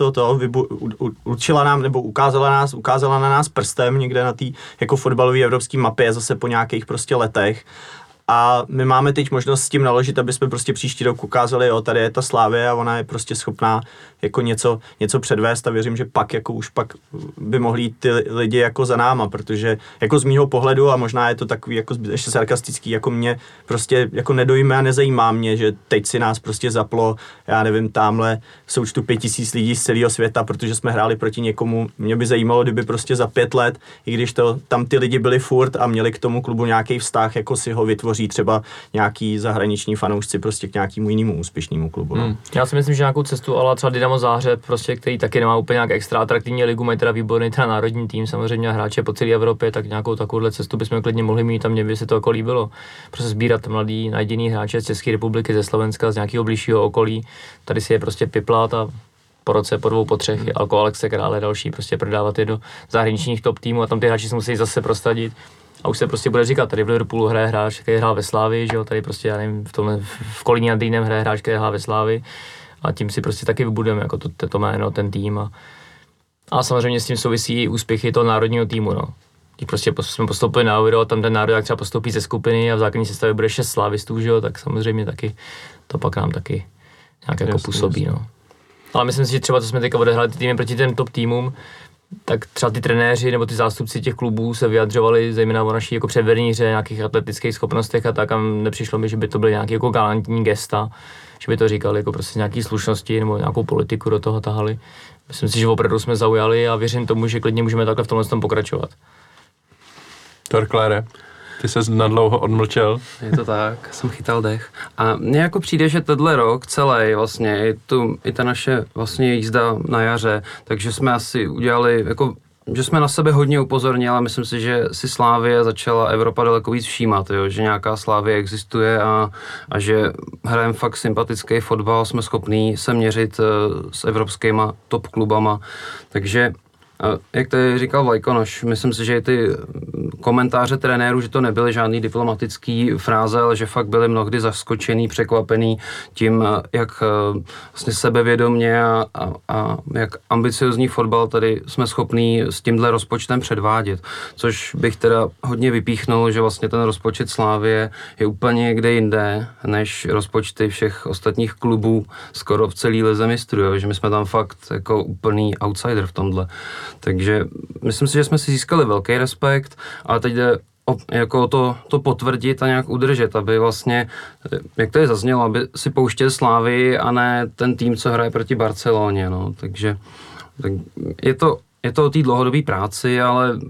určila nám, nebo ukázala na nás prstem někde na té jako fotbalové evropské mapě zase po nějakých prostě letech. A my máme teď možnost s tím naložit, aby jsme prostě příští rok ukázali, jo, tady je ta Slavie a ona je prostě schopná jako něco předvést, a věřím, že pak jako už pak by mohli jít ty lidi jako za náma, protože jako z mýho pohledu, a možná je to takový jako ještě sarkastický, jako mě prostě jako nedojme a nezajímá mě, že teď si nás prostě zaplo, já nevím, támhle v součtu 5000 lidí z celého světa, protože jsme hráli proti někomu. Mě by zajímalo, kdyby prostě za 5 let, i když to tam ty lidi byli furt a měli k tomu klubu nějaký vztah, jako si ho vytvořit třeba nějaký zahraniční fanoušci prostě k nějakému jinému úspěšnému klubu. No. Já si myslím, že nějakou cestu, ale třeba Dynamo Záhřeb, prostě, který taky nemá úplně nějak extra atraktivní ligu, mají teda výborný teda národní tým, samozřejmě hráče po celé Evropě, tak nějakou takovouhle cestu bychom klidně mohli mít, a mně by se to jako líbilo. Prostě sbírat mladý najděný hráče z České republiky, ze Slovenska, z nějakého blížšího okolí, tady si je prostě piplat a po roce, po 2, po 3, jako Alexe Krále další, prostě prodávat je do zahraničních top týmů a tam ty hráči se musí zase prosadit. A už se prostě bude říkat, tady v Liverpoolu hraje hráč, který hrál ve Slávii, že jo, tady prostě, já nevím, v Kolíně nad Rýnem hraje hráč, který hrál ve Slávii, a tím si prostě taky vybudujeme jako to jméno, ten tým, a samozřejmě s tím souvisí i úspěchy toho národního týmu, no. Když prostě jsme postoupili na Euro, tam ten národ jak třeba postoupí ze skupiny a v základní sestavě bude 6 slávistů, že jo, tak samozřejmě taky to pak nám taky nějak jako působí, no. Ale myslím si, že třeba to jsme teďka odehráli ty týmy proti těm top týmům, tak třeba ty trenéři nebo ty zástupci těch klubů se vyjadřovali zejména o naší jako předvedení hře, nějakých atletických schopnostech a tak, a nepřišlo mi, že by to byly nějaké jako galantní gesta, že by to říkali jako prostě nějaký slušnosti nebo nějakou politiku do toho tahali. Myslím si, že opravdu jsme zaujali a věřím tomu, že klidně můžeme takhle v tomhle tom pokračovat. Torklére, ty ses nadlouho odmlčel. Je to tak, jsem chytal dech. A mně jako přijde, že tenhle rok celý vlastně, i ta naše vlastně jízda na jaře, takže jsme asi udělali, jako, že jsme na sebe hodně upozornili, a myslím si, že si Slavie začala Evropa daleko víc všímat, jo, že nějaká Slavie existuje a že hrajeme fakt sympatický fotbal, jsme schopní se měřit s evropskýma top klubama, takže Jak tady říkal Vlajkonoš, myslím si, že i ty komentáře trenérů, že to nebyly žádný diplomatický fráze, ale že fakt byli mnohdy zaskočený, překvapený tím, jak vlastně sebevědomně a jak ambiciozní fotbal tady jsme schopní s tímhle rozpočtem předvádět. Což bych teda hodně vypíchnul, že vlastně ten rozpočet Slávie je úplně někde jinde, než rozpočty všech ostatních klubů skoro v celý lize mistrů, že my jsme tam fakt jako úplný outsider v tomhle. Takže myslím si, že jsme si získali velký respekt, ale teď jde jako to potvrdit a nějak udržet, aby vlastně, jak to je zaznělo, aby si pouštěl Slávii a ne ten tým, co hraje proti Barceloně, no. Takže tak je to o té dlouhodobé práci, ale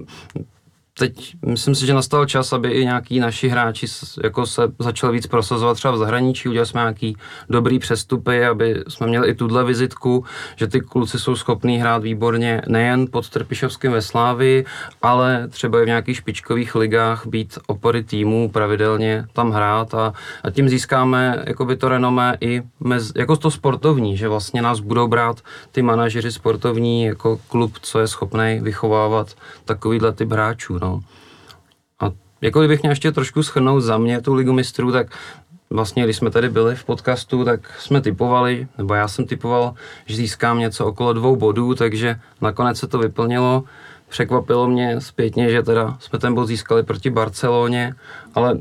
teď myslím si, že nastal čas, aby i nějaký naši hráči jako se začali víc prosazovat třeba v zahraničí, udělali jsme nějaký dobrý přestupy, aby jsme měli i tuhle vizitku, že ty kluci jsou schopní hrát výborně nejen pod Trpišovským ve Slávii, ale třeba i v nějakých špičkových ligách být opory týmů, pravidelně tam hrát a tím získáme jakoby to renomé i jako to sportovní, že vlastně nás budou brát ty manažeři sportovní jako klub, co je schopný vychovávat takovýhle typ hráčů, no. A jako kdybych měl ještě trošku shrnout za mě tu Ligu mistrů, tak vlastně, když jsme tady byli v podcastu, tak jsme tipovali, nebo já jsem tipoval, že získám něco okolo 2 bodů, takže nakonec se to vyplnilo. Překvapilo mě zpětně, že teda jsme ten bod získali proti Barceloně, ale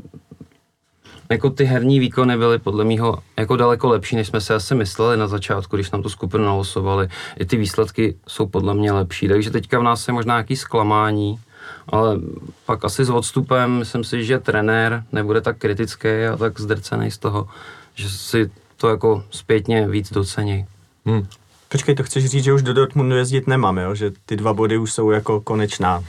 jako ty herní výkony byly podle mýho jako daleko lepší, než jsme si asi mysleli na začátku, když nám tu skupinu nalosovali. I ty výsledky jsou podle mě lepší, takže teďka v nás je možná nějaký zklamání, ale pak asi s odstupem myslím si, že trenér nebude tak kritický a tak zdrcený z toho, že si to jako zpětně víc docení. Počkej, to chceš říct, že už do Dortmundu jezdit nemám, jo? Že ty 2 body už jsou jako konečná.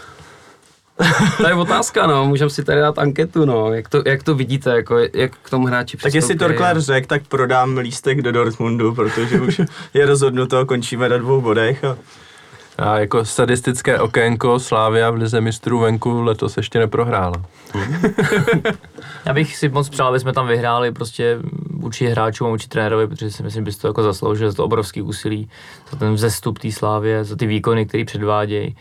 To je otázka, no, můžeme si tady dát anketu, no, jak to vidíte, jako, jak k tomu hráči přistoupí. Tak jestli Torkler řekl, tak prodám lístek do Dortmundu, protože už je rozhodnuto, končíme na 2 bodech. A jako statistické okénko Slavia v lize mistrů venku letos ještě neprohrála. Já bych si moc přál, aby jsme tam vyhráli prostě vůči hráčům a vůči trenérovi, protože si myslím, že by to jako zasloužil za to obrovský úsilí, za ten vzestup té Slavie, za ty výkony, které předvádějí.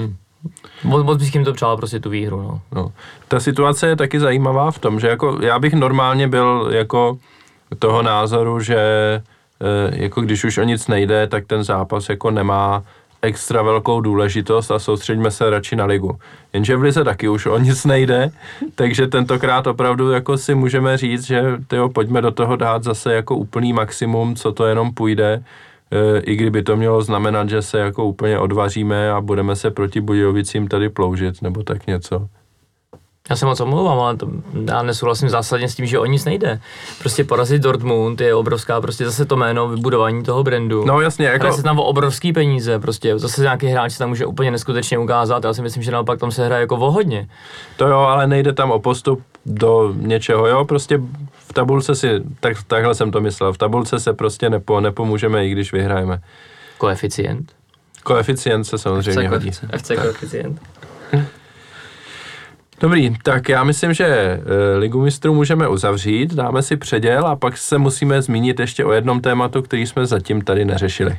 Moc bych jim to přál prostě tu výhru, no. Ta situace je taky zajímavá v tom, že jako já bych normálně byl jako toho názoru, že jako když už o nic nejde, tak ten zápas jako nemá extra velkou důležitost a soustředíme se radši na ligu. Jenže v lize taky už o nic nejde, takže tentokrát opravdu jako si můžeme říct, že pojďme do toho dát zase jako úplný maximum, co to jenom půjde, i kdyby to mělo znamenat, že se jako úplně odvaříme a budeme se proti Budějovicím tady ploužit, nebo tak něco. Já se moc omlouvám, ale já nesouhlasím zásadně s tím, že o nic nejde. Prostě porazit Dortmund je obrovská, prostě zase to jméno, vybudování toho brandu. No jasně, jako... Hraje se tam o obrovský peníze, prostě zase nějaký hráč se tam může úplně neskutečně ukázat, já si myslím, že naopak tam se hraje jako o hodně. To jo, ale nejde tam o postup do něčeho, jo, prostě v tabulce si, takhle jsem to myslel, v tabulce se prostě nepomůžeme, i když vyhrajeme. Koeficient? Koeficient se samozřejmě hodí. FC koeficient. Dobrý, tak já myslím, že Ligu mistrů můžeme uzavřít, dáme si předěl a pak se musíme zmínit ještě o jednom tématu, který jsme zatím tady neřešili.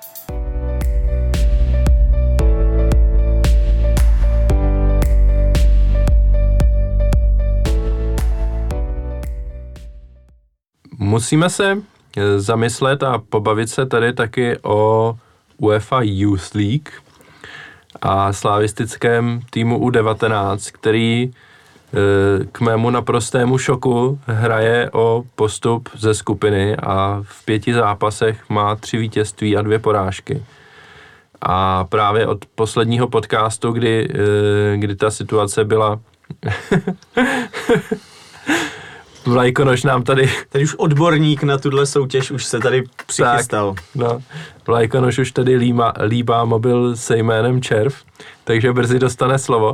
Musíme se zamyslet a pobavit se tady taky o UEFA Youth League a slavistickém týmu U19, který k mému naprostému šoku hraje o postup ze skupiny a v 5 zápasech má 3 vítězství a 2 porážky. A právě od posledního podcastu, kdy ta situace byla... Vlajkonoš nám tady už odborník na tuhle soutěž už se tady přichystal. Tak, no, Vlajkonoš už tady líbá mobil se jménem Červ, takže brzy dostane slovo.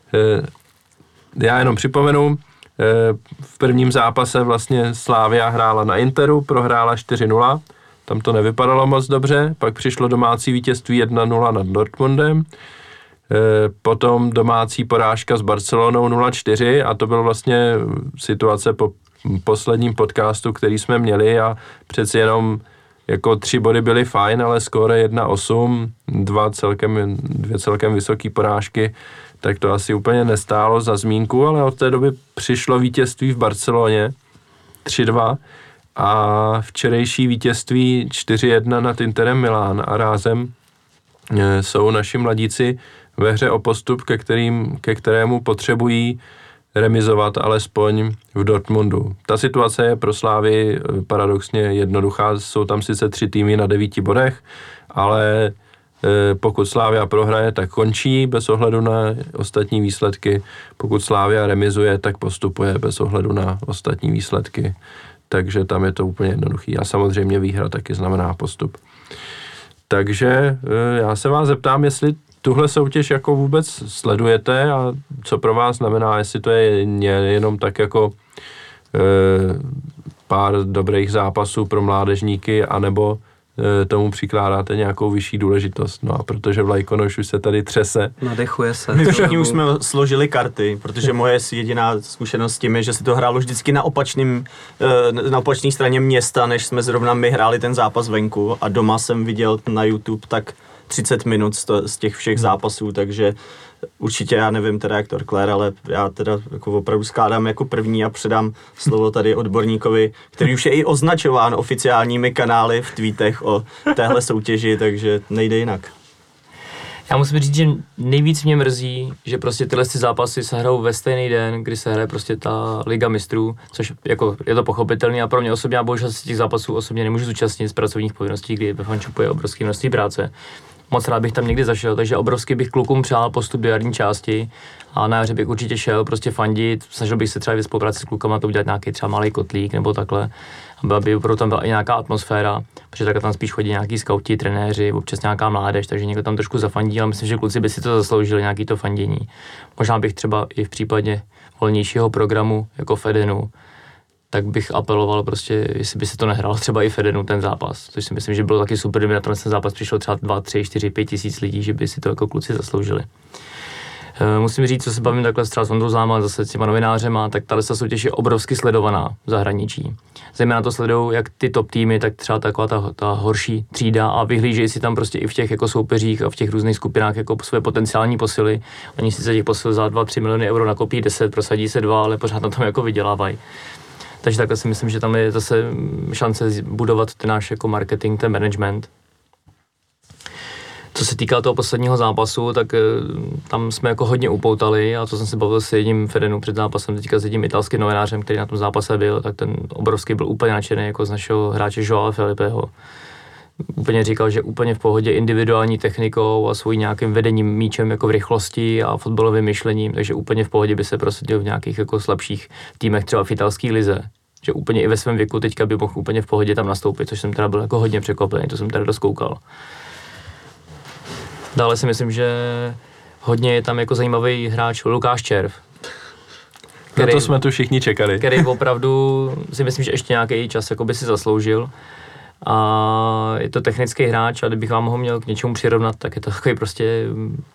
Já jenom připomenu, v prvním zápase vlastně Slavia hrála na Interu, prohrála 4-0, tam to nevypadalo moc dobře, pak přišlo domácí vítězství 1-0 nad Dortmundem, potom domácí porážka s Barcelonou 0-4 a to byl vlastně situace po posledním podcastu, který jsme měli a přeci jenom jako 3 body byly fajn, ale skóre 1-8, 2 celkem vysoké porážky, tak to asi úplně nestálo za zmínku, ale od té doby přišlo vítězství v Barceloně 3-2 a včerejší vítězství 4-1 nad Interem Milán a rázem jsou naši mladíci ve hře o postup, ke kterému potřebují remizovat alespoň v Dortmundu. Ta situace je pro Slávy paradoxně jednoduchá, jsou tam sice 3 týmy na 9 bodech, ale pokud Slavia prohraje, tak končí bez ohledu na ostatní výsledky, pokud Slavia remizuje, tak postupuje bez ohledu na ostatní výsledky, takže tam je to úplně jednoduchý a samozřejmě výhra taky znamená postup. Takže já se vás zeptám, jestli tuhle soutěž jako vůbec sledujete a co pro vás znamená, jestli to je jenom tak jako pár dobrých zápasů pro mládežníky, anebo tomu přikládáte nějakou vyšší důležitost. No a protože Vlajkonoš už se tady třese. Nadechuje se. My všichni už jsme složili karty, protože moje jediná zkušenost s tím je, že se to hrálo vždycky na opačné straně města, než jsme zrovna my hráli ten zápas venku a doma jsem viděl na YouTube tak 30 minut z těch všech zápasů, takže určitě já nevím teda jak Torkler, ale já teda jako opravdu skládám jako první a předám slovo tady odborníkovi, který už je i označován oficiálními kanály v tweetech o téhle soutěži, takže nejde jinak. Já musím říct, že nejvíc mě mrzí, že prostě tyhle zápasy se hrajou ve stejný den, kdy se hraje prostě ta Liga mistrů, což jako je to pochopitelný a pro mě osobně, já bohužel se těch zápasů osobně nemůžu zúčastnit z pracovních povinností, kdy ve fančupu je obrovské množství práce. Moc rád bych tam někdy zašel, takže obrovsky bych klukům přál postup do jarní části a na jaře bych určitě šel prostě fandit, snažil bych se třeba ve spolupráci s klukama to udělat nějaký třeba malý kotlík nebo takhle, aby opravdu tam byla i nějaká atmosféra, protože takhle tam spíš chodí nějaký skauti, trenéři, občas nějaká mládež, takže někdo tam trošku zafandí, ale myslím, že kluci by si to zasloužili, nějaký to fandění. Možná bych třeba i v případě volnějšího programu jako v Edenu, tak bych apeloval prostě, jestli by se to nehrál třeba i v Edenu ten zápas, což si myslím, že bylo taky super, kdyby na ten zápas přišlo třeba 2, 3, 4, 5 tisíc lidí, že by si to jako kluci zasloužili. Musím říct, co se bavím takhle třeba s Ondrou Zláma, zase s těma novinářema, tak tahle soutěž je obrovsky sledovaná v zahraničí. Zejména to sledují jak ty top týmy, tak třeba taková ta horší třída a vyhlížejí si tam prostě i v těch jako soupeřích a v těch různých skupinách jako své potenciální posily. Oni sice těch posil za 2-3 miliony euro nakopí 10, prosadí se 2, ale pořád na tom jako vydělávají. Takže takhle si myslím, že tam je zase šance budovat ten náš jako marketing, ten management. Co se týká toho posledního zápasu, tak tam jsme jako hodně upoutali a to jsem se bavil s jedním Fedenu před zápasem, teďka s jedním italským novinářem, který na tom zápase byl, tak ten obrovský byl úplně nadšený jako z našeho hráče Joao Felipeho. Úplně říkal, že úplně v pohodě individuální technikou a svým nějakým vedením míčem jako v rychlosti a fotbalovým myšlením, takže úplně v pohodě by se prosadil v nějakých jako slabších týmech třeba v italské lize. Že úplně i ve svém věku teďka by mohl úplně v pohodě tam nastoupit, což jsem teda byl jako hodně překvapený, to jsem teda doskoukal. Dále si myslím, že hodně je tam jako zajímavý hráč Lukáš Červ. Na to jsme tu všichni čekali. Který opravdu si myslím, že ještě nějaký čas jako by si zasloužil. A je to technický hráč a kdybych vám ho měl k něčemu přirovnat, tak je to takový prostě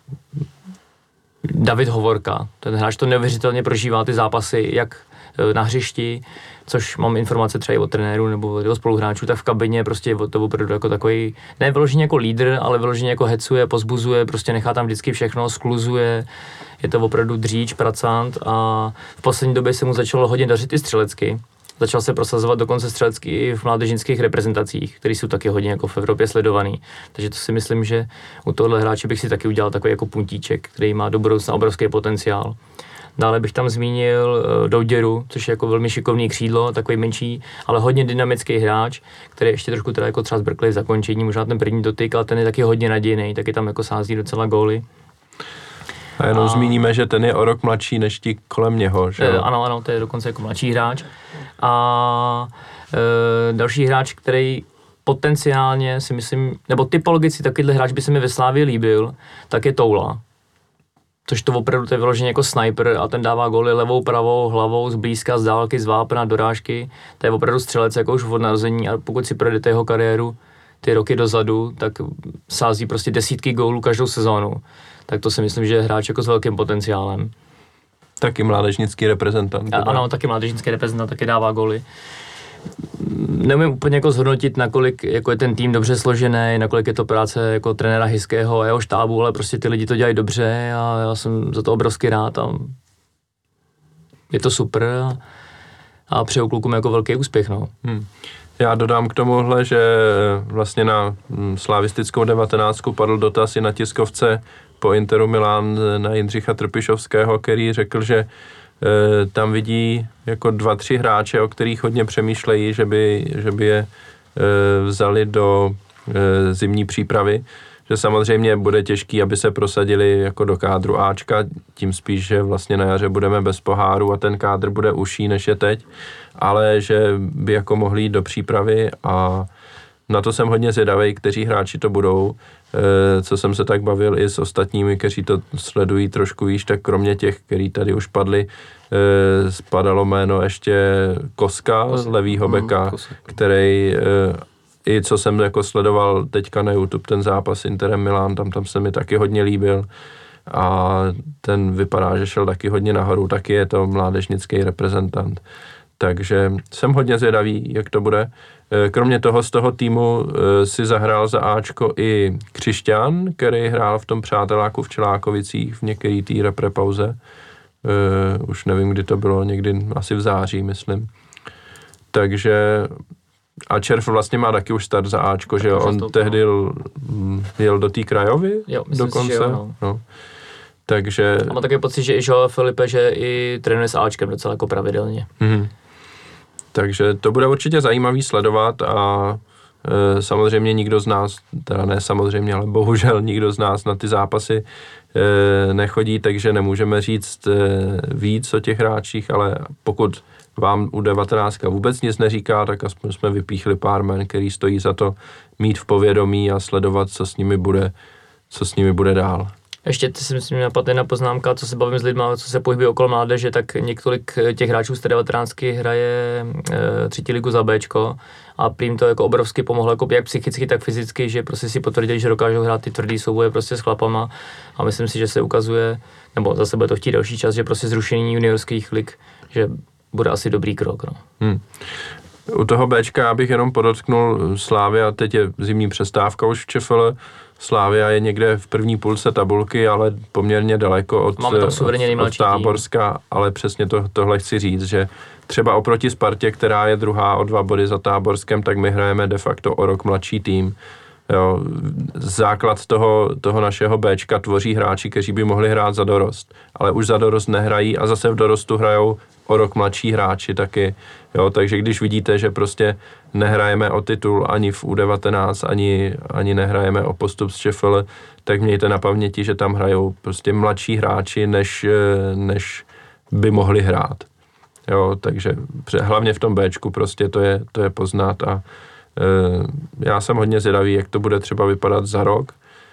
David Hovorka. Ten hráč to neuvěřitelně prožívá ty zápasy, jak na hřišti, což mám informace třeba i od trenéru nebo od spoluhráčů, tak v kabině prostě je to opravdu jako takový, ne vyloženě jako lídr, ale vyloženě jako hecuje, pozbuzuje, prostě nechá tam vždycky všechno, skluzuje, je to opravdu dříč, pracant a v poslední době se mu začalo hodně dařit i střelecky. Začal se prosazovat dokonce střelecky i v mládežnických reprezentacích, které jsou taky hodně jako v Evropě sledovaný. Takže to si myslím, že u tohohle hráče bych si taky udělal takový jako puntíček, který má do budoucna obrovský potenciál. Dále bych tam zmínil Douděru, což je jako velmi šikovný křídlo, takový menší, ale hodně dynamický hráč, který ještě trošku teda jako třeba zbrkli v zakončení, možná ten první dotyk, ale ten je taky hodně nadějný, taky tam jako sází docela góly. A jenom zmíníme, že ten je o rok mladší než ti kolem něho, že? Ano, to je dokonce jako mladší hráč. A další hráč, který potenciálně si myslím, nebo typologicky takovýhle hráč by se mi ve Slávii líbil, tak je Toula. Což to opravdu to je vyloženě jako sniper a ten dává góly levou, pravou, hlavou, zblízka, z dálky, z vápna, dorážky. To je opravdu střelec jako už od narození a pokud si projdete jeho kariéru ty roky dozadu, tak sází prostě desítky gólů každou sezónu. Tak to si myslím, že je hráč jako s velkým potenciálem. Taky mládežnický reprezentant. Ano, taky mládežnický reprezentant, taky dává góly. neumím úplně jako zhodnotit, nakolik jako je ten tým dobře složený, nakolik je to práce jako trenéra Hyského a jeho štábu, ale prostě ty lidi to dělají dobře a já jsem za to obrovsky rád a je to super a přeju klukům jako velký úspěch, no. Já dodám k tomuhle, že vlastně na slavistickou 19 padl dotaz i na tiskovce po Interu Milán na Jindřicha Trpišovského, který řekl, že tam vidí jako 2-3 hráče, o kterých hodně přemýšlejí, že by je vzali do zimní přípravy. Že samozřejmě bude těžký, aby se prosadili jako do kádru Ačka, tím spíš, že vlastně na jaře budeme bez poháru a ten kádr bude užší, než je teď, ale že by jako mohli jít do přípravy a na to jsem hodně zvědavý, kteří hráči to budou. Co jsem se tak bavil i s ostatními, kteří to sledují trošku výš, tak kromě těch, kteří tady už padli, spadalo jméno ještě Koska z levýho beka, který i co jsem jako sledoval teďka na YouTube ten zápas Interem Milán, tam se mi taky hodně líbil a ten vypadá, že šel taky hodně nahoru, taky je to mládežnický reprezentant. Takže jsem hodně zvědavý, jak to bude. Kromě toho z toho týmu si zahrál za Ačko i Křišťan, který hrál v tom Přáteláku v Čelákovicích v některý té reprepauze. Už nevím, kdy to bylo, někdy asi v září, myslím. Takže a Červ vlastně má taky už start za Ačko, že jo? On tehdy jel do té Krajovy dokonce. Si, že jo, no. Takže... A mám takový pocit, že i Joao Filipe, že i trénuje s Ačkem docela jako pravidelně. Takže to bude určitě zajímavý sledovat a samozřejmě nikdo z nás, teda ne samozřejmě, ale bohužel nikdo z nás na ty zápasy nechodí, takže nemůžeme říct víc o těch hráčích, ale pokud vám U19 vůbec nic neříká, tak aspoň jsme vypíchli pár men, který stojí za to mít v povědomí a sledovat, co s nimi bude dál. Ještě si myslím napadne jedna poznámka, co se bavím s lidma, co se pohybí okolo mládeže, tak několik těch hráčů z té 19 hraje 3. ligu za Bčko a prým to jako obrovsky pomohlo, jako jak psychicky, tak fyzicky, že prostě si potvrdili, že dokážou hrát ty tvrdý souboje prostě s chlapama a myslím si, že se ukazuje, nebo zase bude to chtít další čas, že prostě zrušení juniorských lig, že bude asi dobrý krok. No. U toho Bčka já bych jenom podotknul Slavia, teď je zimní přestávka už v ČFL, Slavia je někde v první půlce tabulky, ale poměrně daleko od Táborska, ale přesně tohle chci říct, že třeba oproti Spartě, která je druhá o 2 body za Táborskem, tak my hrajeme de facto o rok mladší tým. Jo, základ toho našeho Bčka tvoří hráči, kteří by mohli hrát za dorost, ale už za dorost nehrají a zase v dorostu hrajou o rok mladší hráči taky. Jo, takže když vidíte, že prostě nehrajeme o titul ani v U19, ani nehrajeme o postup z ČFL, tak mějte na paměti, že tam hrajou prostě mladší hráči, než by mohli hrát. Jo, takže hlavně v tom Bčku prostě to je poznat a já jsem hodně zvědavý, jak to bude třeba vypadat za rok,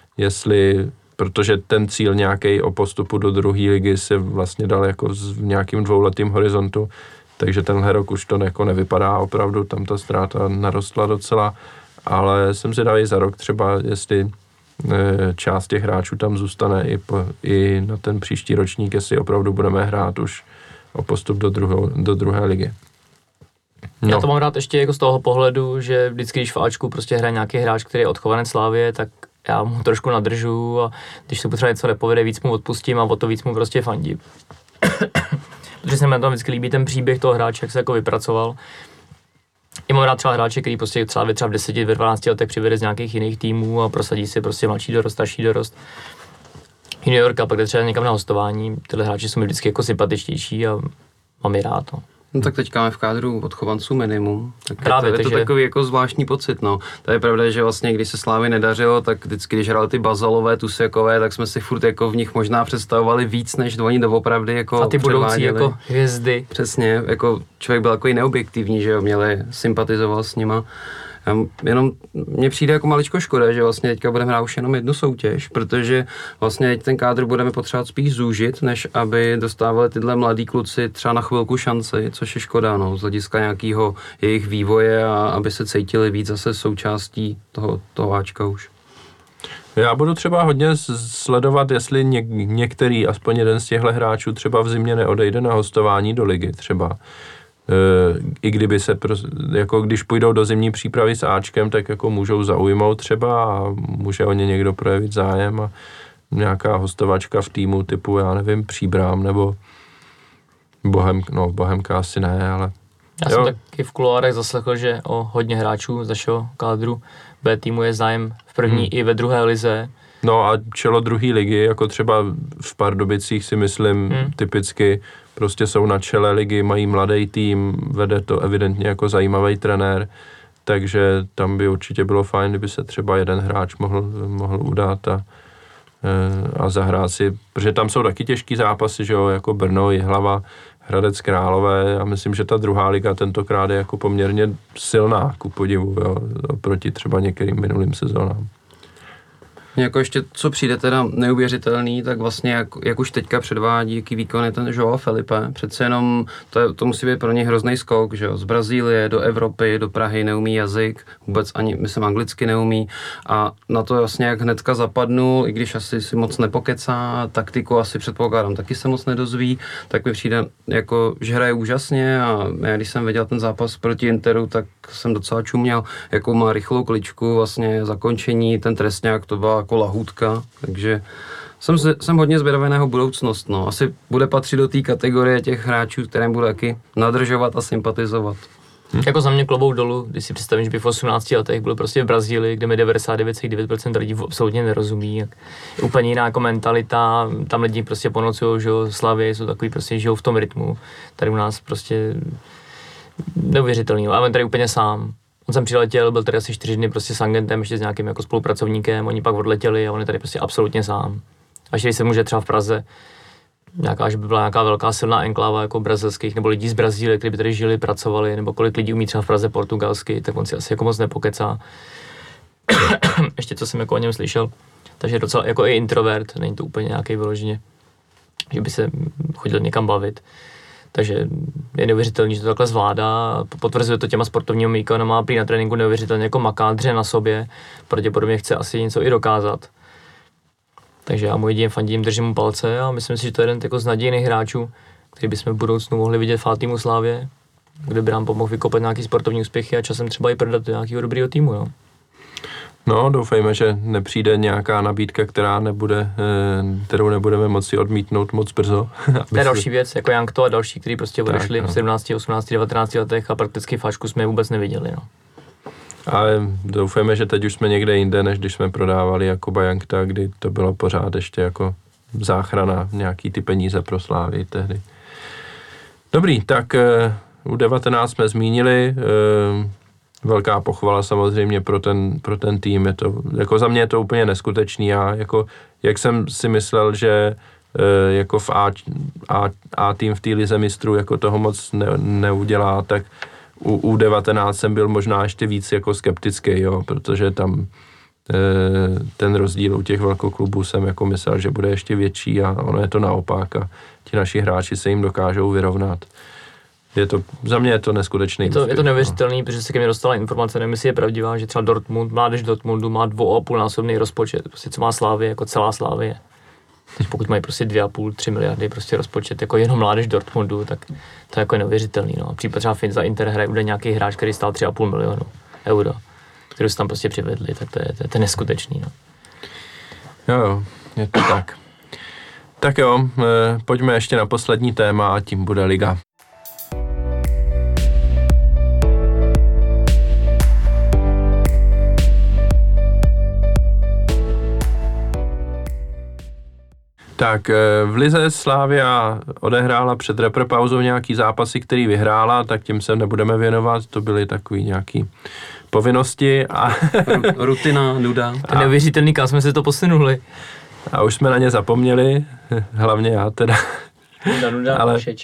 protože ten cíl nějaký o postupu do druhé ligy se vlastně dal jako v nějakým 2letým horizontu, takže tenhle rok už to jako nevypadá opravdu, tam ta ztráta narostla docela, ale jsem zvědavý za rok třeba, jestli část těch hráčů tam zůstane i na ten příští ročník, jestli opravdu budeme hrát už o postup do druhé ligy. No. Já to mám rád ještě jako z toho pohledu, že vždycky, když v Ačku prostě hraje nějaký hráč, který je odchovanec Slavie, tak já mu trošku nadržu a když se potřeba něco nepovede, víc mu odpustím a o to víc mu prostě fandím. Protože se mi na tom vždycky líbí ten příběh toho hráče, jak se jako vypracoval. I mám rád třeba hráče, který prostě třeba v 10, ve 12 letech přivede z nějakých jiných týmů a prosadí si prostě mladší dorost, starší dorost. Juniorka, pak jde třeba někam na hostování, tyhle hráči jsou mi vždycky jako sympatičtější a mám je rád. No tak teďka máme v kádru odchovanců minimum, tak právě, je to takový jako zvláštní pocit, no. To je pravda, že vlastně když se Slávy nedařilo, tak vždycky, když hráli ty Bazalové, Tusekové, tak jsme si furt jako v nich možná představovali víc, než oni doopravdy jako a ty budoucí jako hvězdy. Přesně, jako člověk byl takový neobjektivní, že jo, sympatizoval s nima. Jenom mně přijde jako maličko škoda, že vlastně teďka budeme hrát už jenom jednu soutěž, protože vlastně ten kádr budeme potřebovat spíš zúžit, než aby dostávali tyhle mladí kluci třeba na chvilku šanci, což je škoda, no, z hlediska nějakého jejich vývoje a aby se cítili víc zase součástí toho Ačka už. Já budu třeba hodně sledovat, jestli některý, aspoň jeden z těchto hráčů třeba v zimě neodejde na hostování do ligy třeba. i kdyby se, jako když půjdou do zimní přípravy s Ačkem, tak jako můžou zaujmout třeba a může o ně někdo projevit zájem a nějaká hostovačka v týmu typu, já nevím, Příbram nebo Bohemka asi ne, ale já jsem taky v kuloárech zaslechl, že o hodně hráčů z našeho kádru B týmu je zájem v první i ve druhé lize. No a čelo druhé ligy, jako třeba v Pardubicích si myslím typicky, prostě jsou na čele ligy, mají mladý tým, vede to evidentně jako zajímavý trenér, takže tam by určitě bylo fajn, kdyby se třeba jeden hráč mohl udat a zahrát si, protože tam jsou taky těžký zápasy, že jo, jako Brno, Jihlava, Hradec Králové a myslím, že ta druhá liga tentokrát je jako poměrně silná ku podivu, jo, oproti třeba některým minulým sezónám. Jako ještě, co přijde teda neuvěřitelný, tak vlastně jak už teďka předvádí, jaký výkon je ten João Felipe. Přece jenom to musí být pro ně hrozný skok, že jo, z Brazílie do Evropy, do Prahy, neumí jazyk, vůbec ani, myslím, anglicky neumí a na to vlastně jak hnedka zapadnul, i když asi si moc nepokecá, taktiku asi předpokládám taky se moc nedozví, tak mi přijde jako, že hraje úžasně a já když jsem viděl ten zápas proti Interu, tak jsem docela čuměl, jakou má rychlou kličku, vlastně zakončení, ten trestňák, to byla jako lahůdka, takže jsem hodně zvědavý na jeho budoucnost, no. Asi bude patřit do té kategorie těch hráčů, kterým bude taky nadržovat a sympatizovat. Jako za mě klobouk dolů, když si představím, že by v 18 letech byl prostě v Brazílii, kde mi 99,9% lidí absolutně nerozumí. Je úplně jiná jako mentalita, tam lidi prostě ponocujou, že jo, Slavy, jsou takový prostě, žijou v tom rytmu. Tady u nás prostě neuvěřitelný, ale on tady úplně sám. On sem přiletěl, byl tady asi 4 dny prostě s agentem, ještě s nějakým jako spolupracovníkem, oni pak odletěli a on je tady prostě absolutně sám. Až když se může třeba v Praze, že by byla nějaká velká silná enkláva jako brazilských nebo lidí z Brazílie, kteří by tady žili, pracovali, nebo kolik lidí umí třeba v Praze portugalsky, tak on si asi jako moc nepokecá. Ještě co jsem jako o něm slyšel, takže docela jako i introvert, není to úplně nějaký vyloženě, že by se chodil někam bavit. Takže je neuvěřitelný, že to takhle zvládá, potvrzuje to těma sportovními výkonama, prý na tréninku neuvěřitelně jako maká, dře na sobě, pravděpodobně chce asi něco i dokázat. Takže já mu jedině fandím, držím mu palce a myslím si, že to je jeden jako z nadějných hráčů, který bychom v budoucnu mohli vidět v týmu Slávě, kde by nám pomohl vykopat nějaký sportovní úspěchy a časem třeba i prodat do nějakého dobrého týmu. No. No, doufejme, že nepřijde nějaká nabídka, kterou nebudeme moci odmítnout moc brzo. To je další věc, jako Jankto a další, kteří prostě odešli v 17, 18, 19 letech a prakticky fášku jsme je vůbec neviděli. No. Ale doufejme, že teď už jsme někde jinde, než když jsme prodávali Jakuba Jankta, kdy to bylo pořád ještě jako záchrana, nějaký ty peníze pro Slávy tehdy. Dobrý, tak U19 jsme zmínili, velká pochvala samozřejmě pro ten tým, je to, jako za mě je to úplně neskutečný, já jako, jak jsem si myslel, že jako v A tým v té lize mistrů jako toho moc neudělá, tak u U19 jsem byl možná ještě víc jako skeptický, jo, protože tam ten rozdíl u těch velkoklubů jsem jako myslel, že bude ještě větší a ono je to naopak a ti naši hráči se jim dokážou vyrovnat. Za mě je to neskutečný úspěch. Je to neuvěřitelný, protože se ke mně dostala informace, nevím, jestli je pravdivá, že třeba mládež Dortmundu má 2,5násobný rozpočet, prostě co má Slávie, jako celá Slávie. Teď pokud mají prostě 2,5-3 miliardy prostě rozpočet jako jenom mládež Dortmundu, tak to je jako neuvěřitelný. No. Případ třeba za Inter hraje bude nějaký hráč, který stál 3,5 milionu euro, který se tam prostě přivedli, tak to je neskutečný. No. Jo, je to tak. Tak jo, pojďme ještě na poslední téma a tím bude liga. Tak v lize Slavia odehrála před repropauzou nějaký zápasy, který vyhrála, tak tím se nebudeme věnovat, to byly takový nějaký povinnosti a rutina, nuda. To je neuvěřitelný, kam jsme se to posunuli. A už jsme na ně zapomněli, hlavně já teda. Nuda,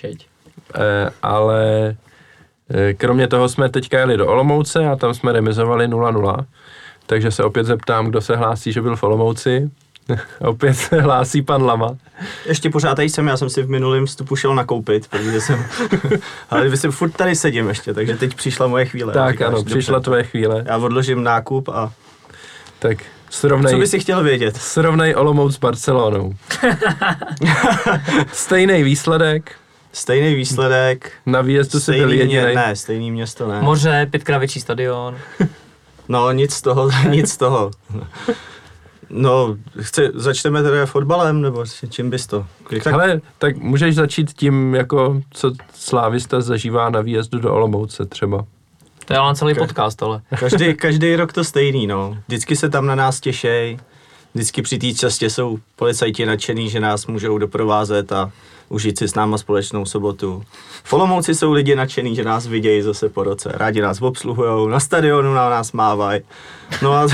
ale kromě toho jsme teďka jeli do Olomouce a tam jsme remizovali 0-0, takže se opět zeptám, kdo se hlásí, že byl v Olomouci. Opět se hlásí pan Lama. Ještě pořád tady jsem, já jsem si v minulém vstupu šel nakoupit, protože jsem, ale furt tady sedím ještě, takže teď přišla moje chvíle. Tak říkáš, ano, přišla tvoje chvíle. Já odložím nákup a... Tak srovnej... Co bys si chtěl vědět? Srovnej Olomouc s Barcelonou. Stejný výsledek, Stejný výsledek. Na výjezdu si byl jedinej. Ne, stejný město ne. Moře, 5x větší stadion. No, nic z toho, nic z toho. No, začneme teda fotbalem, nebo čím bys to? Hele, tak můžeš začít tím, jako co Slávista zažívá na výjezdu do Olomouce třeba. To je ale celý podcast, ale. Každý rok to stejný, no. Vždycky se tam na nás těšej. Vždycky při té cestě jsou policajti nadšený, že nás můžou doprovázet a užít si s náma společnou sobotu. V Olomouci jsou lidi nadšený, že nás vidějí zase po roce. Rádi nás obsluhujou, na stadionu na nás mávají. No a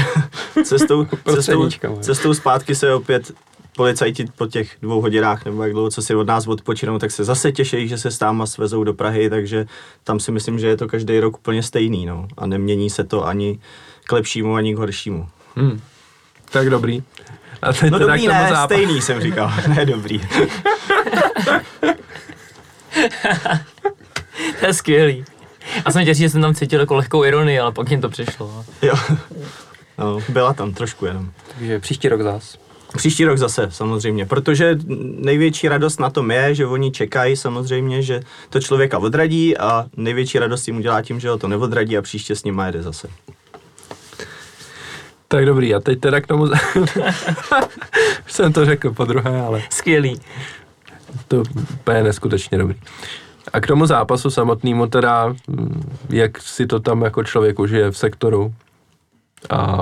cestou zpátky se opět policajti po těch 2 hodinách nebo jak dlouho, co si od nás odpočinou, tak se zase těší, že se s náma svezou do Prahy, takže tam si myslím, že je to každý rok úplně stejný, no. A nemění se to ani k lepšímu, ani k horšímu. Tak dobrý. A teď no dobrý ne, stejný jsem říkal, ne dobrý. To je skvělý. A jsem těší, že jsem tam cítil jako lehkou ironii, ale pak jim to přišlo. Jo, no, byla tam trošku jenom. Takže příští rok zás. Příští rok zase, samozřejmě, protože největší radost na tom je, že oni čekají samozřejmě, že to člověka odradí a největší radost jim udělá tím, že ho to neodradí a příště s ním jede zase. Tak dobrý, a teď teda k tomu... jsem to řekl podruhé, ale... Skvělý. To je neskutečně dobrý. A k tomu zápasu samotnému teda, jak si to tam jako člověk užije v sektoru a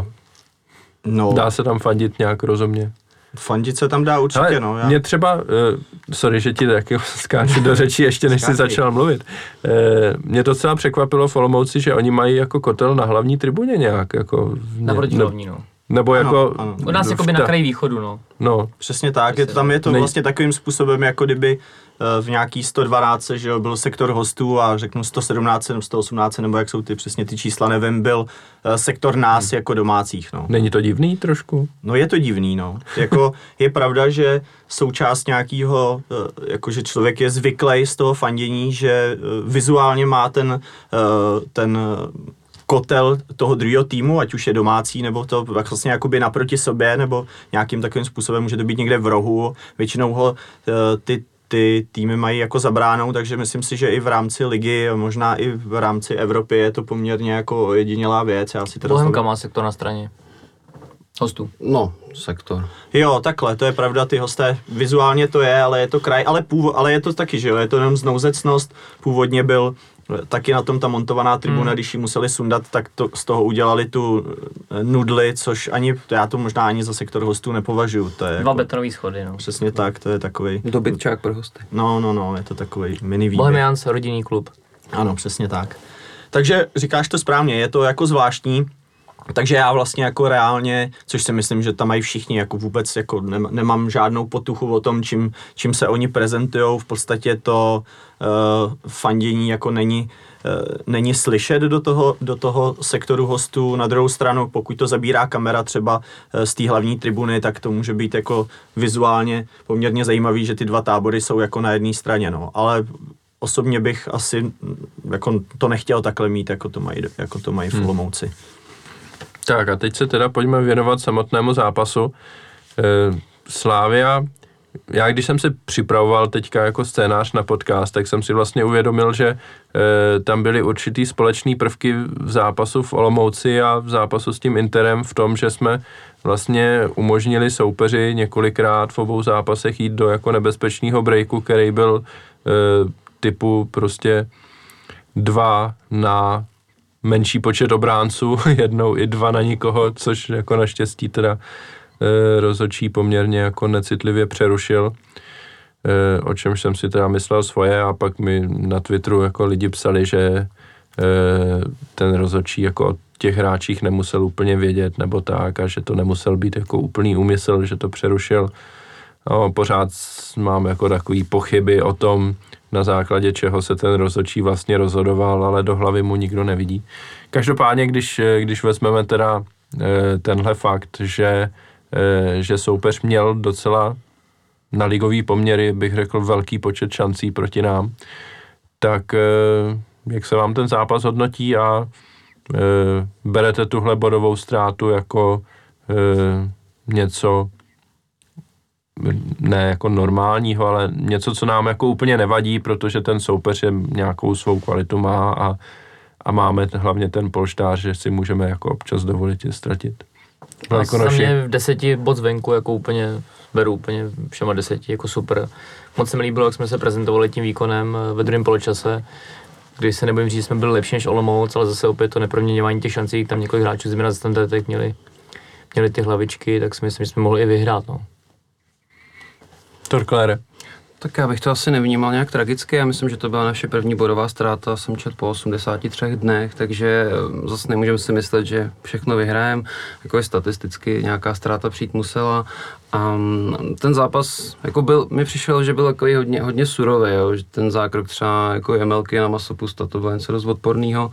dá se tam fandit nějak rozumně? Fandit se tam dá určitě, ale no. Mě třeba, sorry, že ti taky skáču do řeči, ještě než jsi začal mluvit. Mě to docela překvapilo v Olomouci, že oni mají jako kotel na hlavní tribuně nějak, jako... Naproti hlavní, no. Nebo ano, jako... Ano. U nás jakoby na kraji východu, no. No. Přesně tak, tam je to vlastně takovým způsobem, jako kdyby v nějaký 112, že jo, byl sektor hostů a řeknu 117 nebo 118, nebo jak jsou přesně ty čísla, nevím, byl sektor nás jako domácích, no. Není to divný trošku? No je to divný, no. Jako je pravda, že součást nějakého, jakože člověk je zvyklý z toho fandění, že vizuálně má ten kotel toho druhého týmu, ať už je domácí, nebo to vlastně jakoby naproti sobě, nebo nějakým takovým způsobem může to být někde v rohu. Většinou ho ty týmy mají jako zabránou, takže myslím si, že i v rámci ligy, možná i v rámci Evropy je to poměrně jako ojedinělá věc. Já si Bohemka má sektor na straně hostů. No, sektor. Jo, takhle, to je pravda, ty hosté, vizuálně to je, ale je to kraj, ale je to taky, že jo, je to jenom znouzecnost, původně byl taky na tom ta montovaná tribuna, když ji museli sundat, tak to, z toho udělali tu nudli, což já to možná ani za sektor hostů nepovažuju. To je 2 jako, betonový schody, no. Přesně tak, to je takovej... Dobytčák pro hosty. No, je to takovej mini výběh. Bohemians, rodinný klub. Ano, přesně tak. Takže říkáš to správně, je to jako zvláštní, takže já vlastně jako reálně, což si myslím, že tam mají všichni, jako vůbec jako nemám žádnou potuchu o tom, čím se oni prezentujou, v podstatě to fandění jako není slyšet do toho sektoru hostů. Na druhou stranu, pokud to zabírá kamera třeba z té hlavní tribuny, tak to může být jako vizuálně poměrně zajímavý, že ty 2 tábory jsou jako na jedné straně, no, ale osobně bych asi jako to nechtěl takhle mít, jako to mají v Olomouci. Tak a teď se teda pojďme věnovat samotnému zápasu. Slavia, já když jsem si připravoval teďka jako scénář na podcast, tak jsem si vlastně uvědomil, že tam byly určitý společný prvky v zápasu v Olomouci a v zápasu s tím Interem v tom, že jsme vlastně umožnili soupeři několikrát v obou zápasech jít do jako nebezpečného breaku, který byl typu prostě 2 na menší počet obránců, jednou i 2 na nikoho, což jako naštěstí teda rozhodčí poměrně jako necitlivě přerušil, o čemž jsem si teda myslel svoje a pak mi na Twitteru jako lidi psali, že ten rozhodčí jako o těch hráčích nemusel úplně vědět nebo tak a že to nemusel být jako úplný úmysl, že to přerušil. No, pořád mám jako takový pochyby o tom, na základě čeho se ten rozhodčí vlastně rozhodoval, ale do hlavy mu nikdo nevidí. Každopádně, když vezmeme teda tenhle fakt, že soupeř měl docela na ligový poměry, bych řekl, velký počet šancí proti nám, tak jak se vám ten zápas hodnotí a berete tuhle bodovou ztrátu jako něco ne jako normálního, ale něco, co nám jako úplně nevadí, protože ten soupeř je nějakou svou kvalitu má a máme hlavně ten polštář, že si můžeme jako občas dovolit je ztratit. Za mě v 10 bod zvenku jako úplně beru úplně všema 10 jako super. Moc se mi líbilo, jak jsme se prezentovali tím výkonem ve druhém poločase, když se nebojím říct, že jsme byli lepší než Olomouc, ale zase opět to neproměňování těch šancí, tam několik hráčů změna za standardek měli ty hlavičky, tak si myslím, že jsme mohli i vyhrát. No. Torklére. Tak já bych to asi nevnímal nějak tragicky, já myslím, že to byla naše první bodová ztráta, jsem četl po 83 dnech, takže zase nemůžeme si myslet, že všechno vyhrajeme, jako je statisticky nějaká ztráta přijít musela. A ten zápas jako mi přišel, že byl takový hodně surový, jo, že ten zákrok třeba jako Jemelky na Masopusta, to bylo něco dost odporného,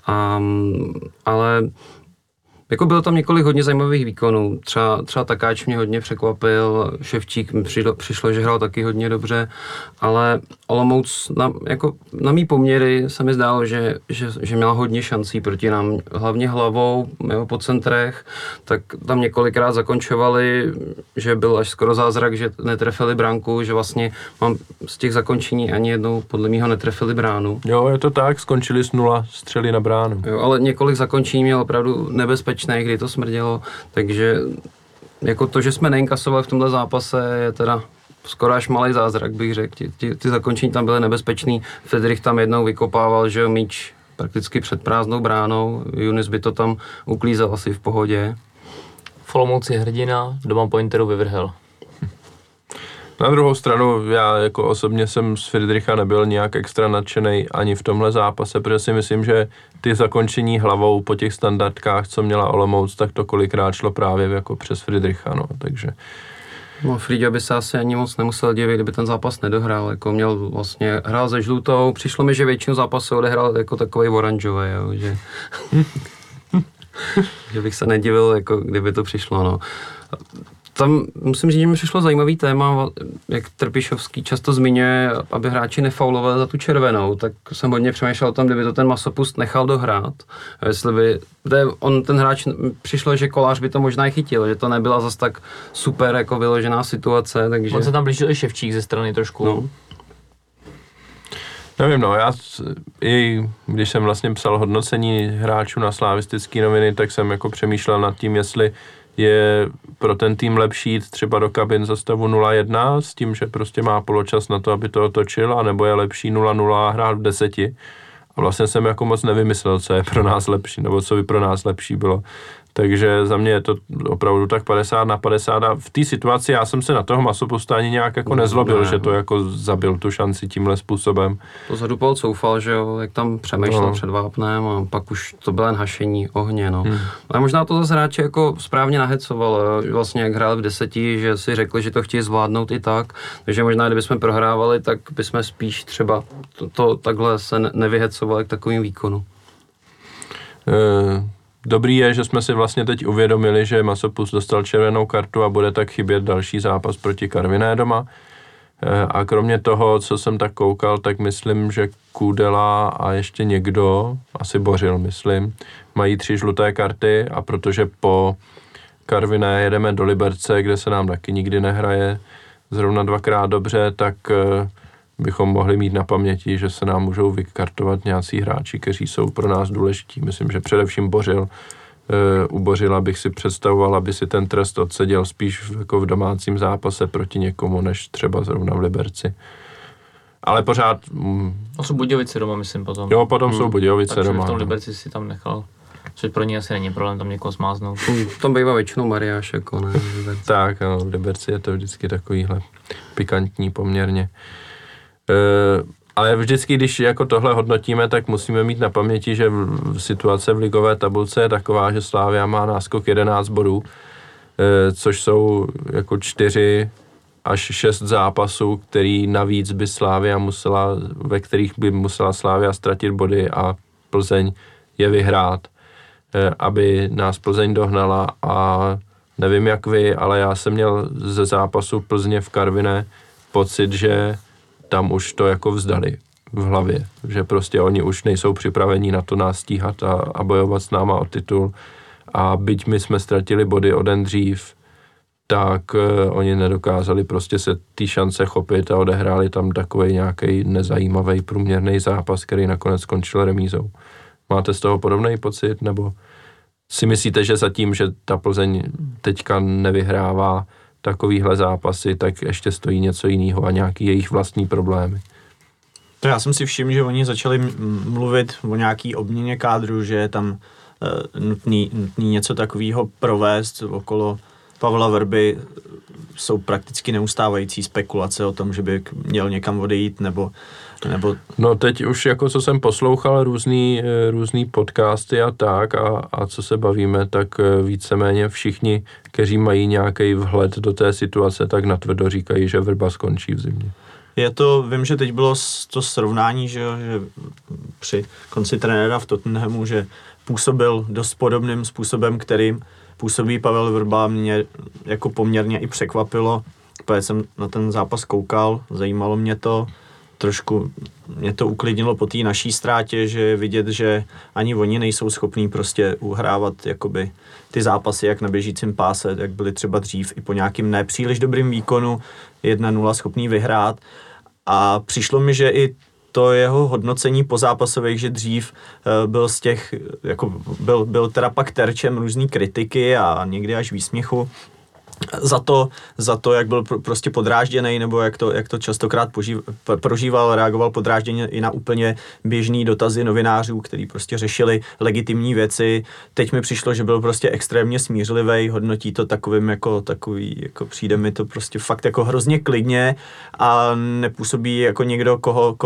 ale jako bylo tam několik hodně zajímavých výkonů, třeba Takáč mě hodně překvapil, Ševčík mi přišlo, že hrál taky hodně dobře, ale Olomouc na mý poměry se mi zdálo, že měl hodně šancí proti nám, hlavně hlavou, jo, po centrech, tak tam několikrát zakončovali, že byl až skoro zázrak, že netrefili bránku, že vlastně mám z těch zakončení ani jednou podle mýho netrefili bránu. Jo, je to tak, skončili s 0 střely na bránu. Jo, ale několik zakončení měl opravdu nebezpečné, kdy to smrdělo, takže jako to, že jsme neinkasovali v tomhle zápase, je teda skoro až malý zázrak, bych řekl. Ty zakončení tam byly nebezpečný, Fedrich tam jednou vykopával, že míč prakticky před prázdnou bránou, Junis by to tam uklízel asi v pohodě. V Olomouci hrdina, doma po Interu vyvrhel. Na druhou stranu, já jako osobně jsem z Friedricha nebyl nějak extra nadšenej ani v tomhle zápase, protože si myslím, že ty zakončení hlavou po těch standardkách, co měla Olomouc, tak to kolikrát šlo právě jako přes Friedricha, no, takže... No, Frýďo by se asi ani moc nemusel divit, kdyby ten zápas nedohrál, jako měl vlastně, hrál se žlutou, přišlo mi, že většinu zápasu odehrál jako takovej oranžový, jo, že... že bych se nedivil, jako kdyby to přišlo, no. Tam musím říct, že mi přišlo zajímavý téma, jak Trpišovský často zmiňuje, aby hráči nefaulovali za tu červenou, tak jsem hodně přemýšlel o tom, kdyby to ten Masopust nechal dohrát. Jestli by ten hráč přišlo, že Kolář by to možná i chytil, že to nebyla zas tak super jako vyložená situace, takže... On se tam blížil i Ševčík ze strany trošku. No. Nevím, no, já i když jsem vlastně psal hodnocení hráčů na Slavistické noviny, tak jsem jako přemýšlel nad tím, jestli je pro ten tým lepší jít třeba do kabin za stavu 0-1 s tím, že prostě má poločas na to, aby to otočil, anebo je lepší 0-0 a hrát v 10. A vlastně jsem jako moc nevymyslel, co je pro nás lepší, nebo co by pro nás lepší bylo. Takže za mě je to opravdu tak 50/50 a v té situaci já jsem se na toho Masopusta ani nějak jako nezlobil, že to jako zabil tu šanci tímhle způsobem. Pozadu Paul coufal, že jo, jak tam přemýšlel před vápnem a pak už to bylo jen hašení ohně, no. Ale možná to zase hráči jako správně nahecoval, vlastně jak hráli v 10, že si řekli, že to chtějí zvládnout i tak, takže možná kdybychom prohrávali, tak bychom spíš třeba to takhle se nevyhecovali k takovým výkonu. Dobrý je, že jsme si vlastně teď uvědomili, že Masopust dostal červenou kartu a bude tak chybět další zápas proti Karviné doma. A kromě toho, co jsem tak koukal, tak myslím, že Kůdela a ještě někdo, asi Bořil, myslím, mají 3 žluté karty a protože po Karviné jedeme do Liberce, kde se nám taky nikdy nehraje zrovna 2krát dobře, tak bychom mohli mít na paměti, že se nám můžou vykartovat nějací hráči, kteří jsou pro nás důležití. Myslím, že především Bořil. U Bořila bych si představoval, aby si ten trest odseděl spíš jako v domácím zápase proti někomu, než třeba zrovna v Liberci. Ale pořád... No jsou Budějovice doma, myslím, potom. Jo, potom jsou Budějovice takže doma. Takže v tom Liberci si tam nechal. Což pro ní asi není problém tam někoho smáznout. Tam bývá většinou Mariáš, jako ne? Tak, no, v Liberci je to vždycky takovýhle pikantní poměrně. Ale vždycky, když jako tohle hodnotíme, tak musíme mít na paměti, že situace v ligové tabulce je taková, že Slavia má náskok 11 bodů, což jsou jako 4 až 6 zápasů, který navíc by Slavia musela, ve kterých by musela Slavia ztratit body a Plzeň je vyhrát, aby nás Plzeň dohnala a nevím jak vy, ale já jsem měl ze zápasu Plzně v Karviné pocit, že tam už to jako vzdali v hlavě, že prostě oni už nejsou připraveni na to nás stíhat a bojovat s náma o titul a byť my jsme ztratili body o den dřív, tak oni nedokázali prostě se té šance chopit a odehráli tam takovej nějaký nezajímavý průměrný zápas, který nakonec skončil remízou. Máte z toho podobný pocit, nebo si myslíte, že zatím, že ta Plzeň teďka nevyhrává takovýhle zápasy, tak ještě stojí něco jiného a nějaký jejich vlastní problémy? To já jsem si všiml, že oni začali mluvit o nějaký obměně kádru, že je tam nutný něco takového provést okolo Pavla Vrby. Jsou prakticky neustávající spekulace o tom, že by měl někam odejít, nebo... No teď už jako co jsem poslouchal různý podcasty a tak a co se bavíme, tak víceméně všichni, kteří mají nějaký vhled do té situace, tak natvrdo říkají, že Vrba skončí v zimě. Vím, že teď bylo to srovnání, že při konci trenéra v Tottenhamu, že působil dost podobným způsobem, kterým působí Pavel Vrba, mě jako poměrně i překvapilo, protože jsem na ten zápas koukal, zajímalo mě to, trošku mě to uklidnilo po té naší ztrátě, že je vidět, že ani oni nejsou schopní prostě uhrávat jakoby ty zápasy jak na běžícím páse, jak byly třeba dřív i po nějakým nepříliš dobrým výkonu 1-0 schopný vyhrát. A přišlo mi, že i to jeho hodnocení po zápasových, že dřív byl z těch, jako byl teda pak terčem různý kritiky a někdy až výsměchu za to, jak byl prostě podrážděný, nebo jak to častokrát prožíval, reagoval podrážděně i na úplně běžný dotazy novinářů, který prostě řešili legitimní věci. Teď mi přišlo, že byl prostě extrémně smířlivý, hodnotí to jako přijde mi to prostě fakt jako hrozně klidně a nepůsobí jako někdo,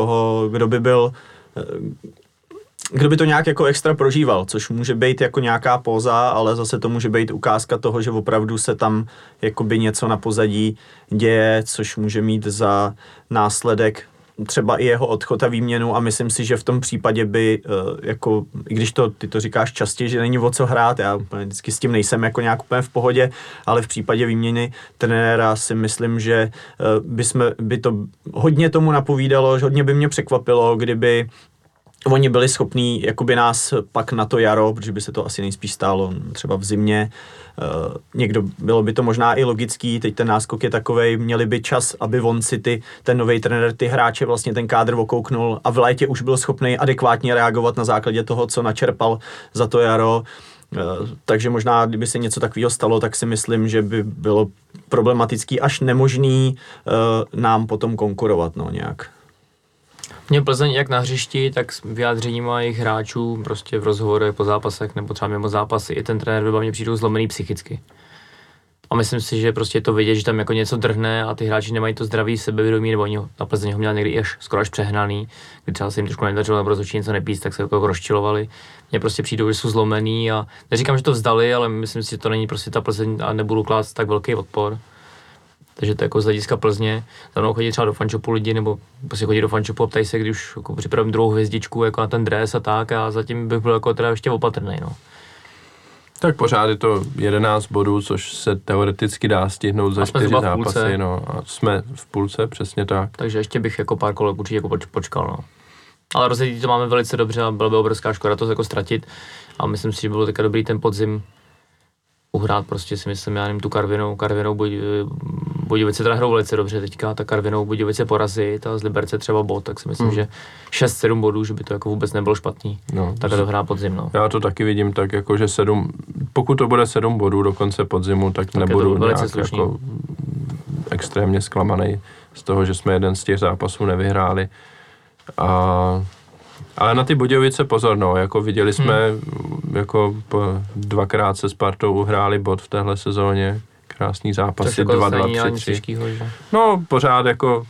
kdo by to nějak jako extra prožíval, což může být jako nějaká póza, ale zase to může být ukázka toho, že opravdu se tam jakoby něco na pozadí děje, což může mít za následek třeba i jeho odchod a výměnu a myslím si, že v tom případě by, jako, i když ty to říkáš častěji, že není o co hrát, já vždycky s tím nejsem jako nějak úplně v pohodě, ale v případě výměny trenéra si myslím, že by to hodně tomu napovídalo, že hodně by mě překvapilo, kdyby oni byli schopní jakoby nás pak na to jaro, protože by se to asi nejspíš stálo třeba v zimě. Bylo by to možná i logický, teď ten náskok je takovej, měli by čas, aby on si ten nový trenér, ty hráče vlastně ten kádr okouknul a v létě už byl schopný adekvátně reagovat na základě toho, co načerpal za to jaro. Takže možná, kdyby se něco takového stalo, tak si myslím, že by bylo problematický až nemožný nám potom konkurovat nějak. Mě Plzeň jak na hřišti, tak s vyjádřeníma jejich hráčů prostě v rozhovorech po zápasech nebo třeba mimo zápasy i ten trenér Vrba mě přijdou zlomený psychicky. A myslím si, že prostě je to vidět, že tam jako něco drhne a ty hráči nemají to zdravý sebevědomí, nebo oni na Plzeň ho měli někdy skoro až přehnaný, kdy třeba se jim trošku nedařilo nebo rozhodčí něco nepíst, tak se jako rozčilovali. Mně prostě přijdou, že jsou zlomený a neříkám, že to vzdali, ale myslím si, že to není prostě ta Plzeň a nebudu klást tak velký odpor. Takže to jako z hlediska Plzně, za mnou chodí třeba do fanshopu lidi, nebo prostě chodí do fanshopu a ptají se, když už jako připravím druhou hvězdičku jako na ten dres a tak a zatím bych byl jako teda ještě opatrný, no. Tak pořád je to 11 bodů, což se teoreticky dá stihnout za 4 zápasy, no a jsme v půlce, přesně tak. Takže ještě bych jako pár kolek určitě jako počkal, no. Ale rozhodně to máme velice dobře a byla by obrovská škoda to jako ztratit a myslím si, že bylo taky dobrý ten podzim uhrát prostě si myslím, já nevím, tu Karvinou Budějovice teda hrajou velice dobře teďka, ta Karvinou Budějovice porazit a z Liberce třeba bod, tak si myslím, že 6-7 bodů, že by to jako vůbec nebylo špatný. No, tak to hrá podzim, no. Já to taky vidím tak jako, že pokud to bude 7 bodů do konce podzimu, tak nebudu nějak jako extrémně zklamaný z toho, že jsme jeden z těch zápasů nevyhráli. Ale na ty Budějovice pozor, no, jako viděli jsme, jako 2krát se Spartou uhráli bod v téhle sezóně, krásný zápasy, 2-2, 3-3. No, pořád jako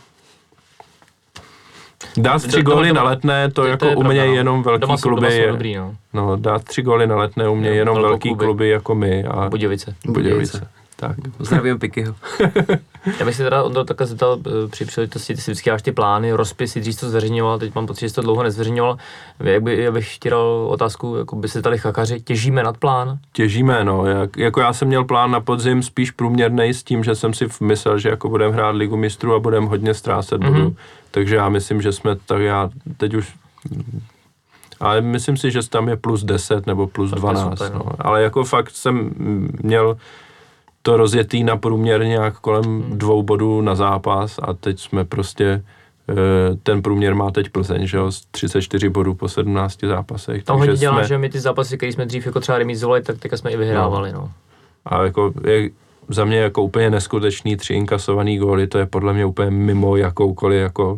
dát 3 góly na Letné, to jako umějí jenom velký kluby. Dobrý, no. No, dát 3 góly na Letné umějí jenom velký kluby jako my a Budějovice. Tak. Zdravím Pikyho. Já bych si teda Ondro takhle zeptal při příležitosti, ty si vždycky dáš ty plány, rozpisy, dřív to zveřejňoval, teď mám pocit, že jsi to dlouho nezveřejňoval. Já bych ti dal otázku, jako by se tady chakaři, těžíme nad plán? Těžíme, no. Jako já jsem měl plán na podzim spíš průměrnej s tím, že jsem si myslel, že jako budeme hrát Ligu mistrů a budeme hodně ztrácet bodů. Takže já myslím, že jsme tak teď už... Ale myslím si, že tam je plus 10 nebo plus 12. Super, no. Ale jako fakt jsem měl to rozjetý na průměr nějak kolem 2 bodů na zápas a teď jsme prostě, ten průměr má teď Plzeň, že jo, 34 bodů po 17 zápasech. Tam hodně dělá, že my ty zápasy, které jsme dřív jako třeba remizovali, tak teďka jsme i vyhrávali, no. A jako je za mě jako úplně neskutečný 3 inkasovaný góly, to je podle mě úplně mimo jakoukoliv jako...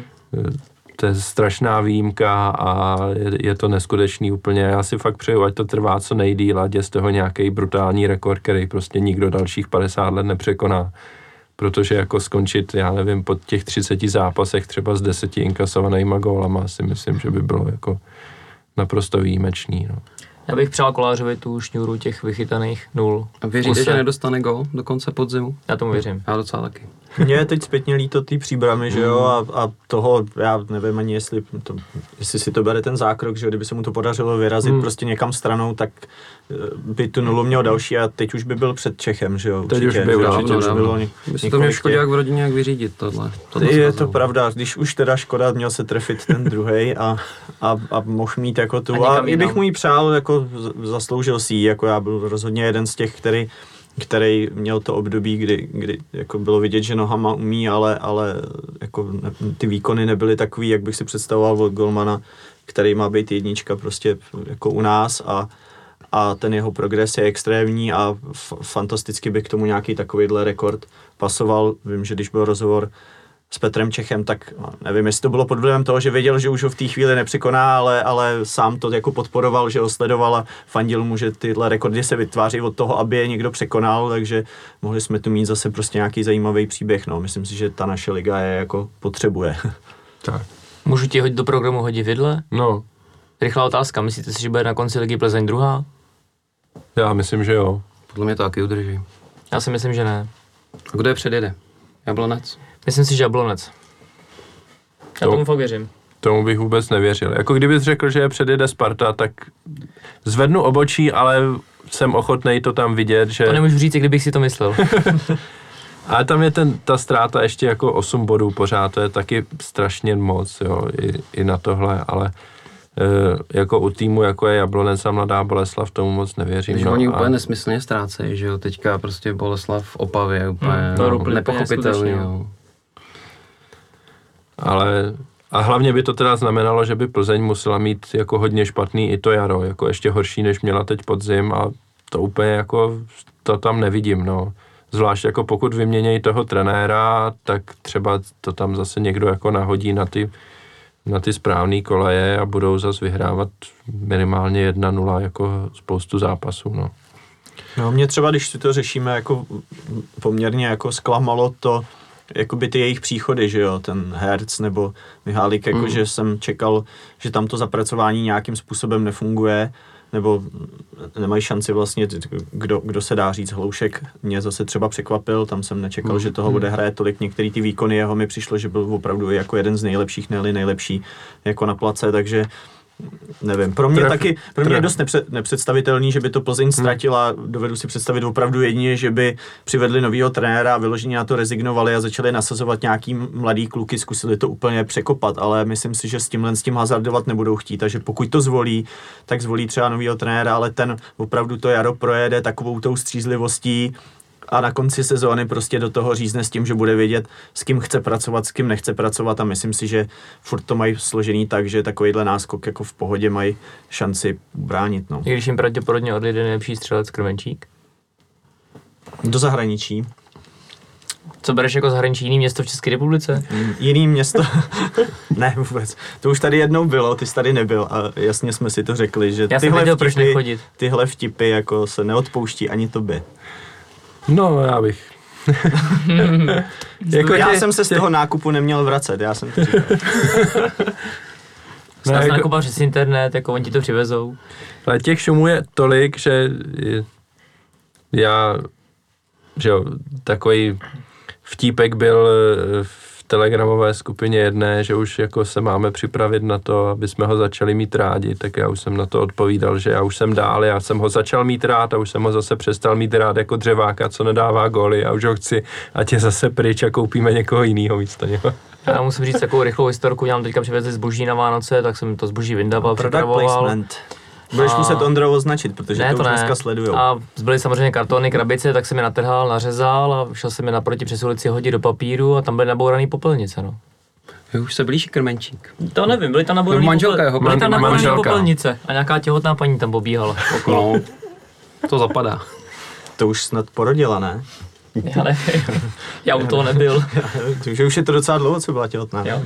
To je strašná výjimka a je to neskutečný úplně. Já si fakt přeju, ať to trvá co nejdýl, ať je z toho nějaký brutální rekord, který prostě nikdo dalších 50 let nepřekoná. Protože jako skončit, já nevím, po těch 30 zápasech třeba s 10 inkasovanýma gólama si myslím, že by bylo jako naprosto výjimečný. No. Já bych přál Kolářovi tu šňůru těch vychytaných 0. A věříte, že nedostane gól do konce podzimu? Já tomu věřím. Já docela taky. Mně je teď zpětně líto té Příbramy, že jo, a toho, já nevím ani, jestli si to bere ten zákrok, že kdyby se mu to podařilo vyrazit prostě někam stranou, tak by tu 0 měl další a teď už by byl před Čechem, že jo. Teď už by bylo Myslím, to mě Škodák v rodině jak vyřídit tohle. Je to pravda, když už teda Škoda měl se trefit ten druhej a mohl mít jako tu a i bych mu ji přál, jako zasloužil si ji, jako já byl rozhodně jeden z těch, který měl to období, kdy jako bylo vidět, že nohama umí, ale jako ty výkony nebyly takový, jak bych si představoval od golmana, který má být jednička prostě jako u nás a ten jeho progres je extrémní a fantasticky by k tomu nějaký takovýhle rekord pasoval. Vím, že když byl rozhovor s Petrem Čechem, tak nevím, jestli to bylo pod vlivem toho, že věděl, že už ho v té chvíli nepřekoná, ale sám to jako podporoval, že ho sledoval a fandil mu, že tyhle rekordy se vytváří od toho, aby je někdo překonal, takže mohli jsme tu mít zase prostě nějaký zajímavý příběh, no. Myslím si, že ta naše liga je jako potřebuje. Tak. Můžu ti do programu hodit vidle? No. Rychlá otázka, myslíte si, že bude na konci ligy Plzeň 2? Já myslím, že jo. Podle mě to taky udrží. Já si myslím, že ne. A kdo je předjede? Jablonec? Myslím si, že Jablonec. Já tomu fakt věřím. Tomu bych vůbec nevěřil. Jako kdybys řekl, že je předjede Sparta, tak zvednu obočí, ale jsem ochotnej to tam vidět, že... To nemůžu říct, kdybych si to myslel. Ale tam je ta ztráta ještě jako 8 bodů pořád, to je taky strašně moc, jo, i na tohle, ale jako u týmu, jako je Jablonec a Mladá Boleslav, tomu moc nevěřím. Takže oni úplně nesmyslně ztrácejí, že jo, teďka prostě Boleslav v Opavě, úplně nepochopitelný, jo. Ale a hlavně by to teda znamenalo, že by Plzeň musela mít jako hodně špatný i to jaro, jako ještě horší, než měla teď podzim a to úplně jako, to tam nevidím, no. Zvlášť jako pokud vyměnějí toho trenéra, tak třeba to tam zase někdo jako nahodí na ty správné koleje a budou zase vyhrávat minimálně 1-0 jako spoustu zápasů, no. No mě třeba, když si to řešíme, jako poměrně jako zklamalo to, jakoby ty jejich příchody, že jo, ten Herc nebo Mihálik, jako že jsem čekal, že tam to zapracování nějakým způsobem nefunguje, nebo nemají šanci vlastně, kdo se dá říct, Hloušek mě zase třeba překvapil, tam jsem nečekal, že toho bude hraje tolik, některý ty výkony jeho mi přišlo, že byl opravdu jako jeden z nejlepších, ne-li nejlepší jako na place, takže nevím, pro mě je dost nepředstavitelný, že by to Plzeň ztratila, dovedu si představit opravdu jedině, že by přivedli novýho trenéra a vyloženě na to rezignovali a začali nasazovat nějaký mladý kluky, zkusili to úplně překopat, ale myslím si, že s tím hazardovat nebudou chtít, takže pokud to zvolí, tak zvolí třeba novýho trenéra, ale ten opravdu to jaro projede takovou tou střízlivostí a na konci sezóny prostě do toho řízne s tím, že bude vědět, s kým chce pracovat, s kým nechce pracovat a myslím si, že furt to mají složený tak, že takovýhle náskok jako v pohodě mají šanci bránit. No. I když jim pravděpodobně odjede nejlepší střelec Krmenčík? Do zahraničí. Co bereš jako zahraničí, jiný město v České republice? Jiný město? Ne vůbec. To už tady jednou bylo, ty jsi tady nebyl a jasně jsme si to řekli, že tyhle vtipy jako se neodpouští ani tobě. No, já bych. Jako já jsem se z toho nákupu neměl vracet, já jsem to říkal. Jsi nás nakupal přes internet, jako oni ti to přivezou. Ale těch šumů je tolik, že že jo, takový vtípek byl v telegramové skupině jedné, že už jako se máme připravit na to, aby jsme ho začali mít rádi, tak já už jsem na to odpovídal, že já už jsem dál, já jsem ho začal mít rád a už jsem ho zase přestal mít rád jako dřeváka, co nedává góly a už ho chci, ať je zase pryč a koupíme někoho jinýho místo něho. Já musím říct takovou rychlou historku, já mám teďka přivezli zboží na Vánoce, tak jsem to zboží vyndával, připravoval. Budeš muset Ondro označit, protože Ne, to už ne. dneska sledujou. A zbyly samozřejmě kartony, krabice, tak jsem je natrhal, nařezal a šel jsem je naproti přes ulici hodit do papíru a tam byly nabouraný popelnice, no. Už se blíží krmenčík. To nevím, byly tam nabouraný manželka jeho, byly tam nabouraný manželka. popelnice a nějaká těhotná paní tam pobíhala okolo. No, to zapadá. To už snad porodila, ne? Já nevím, já u toho nebyl. Takže už je to docela dlouho, co byla těhotná. Jo.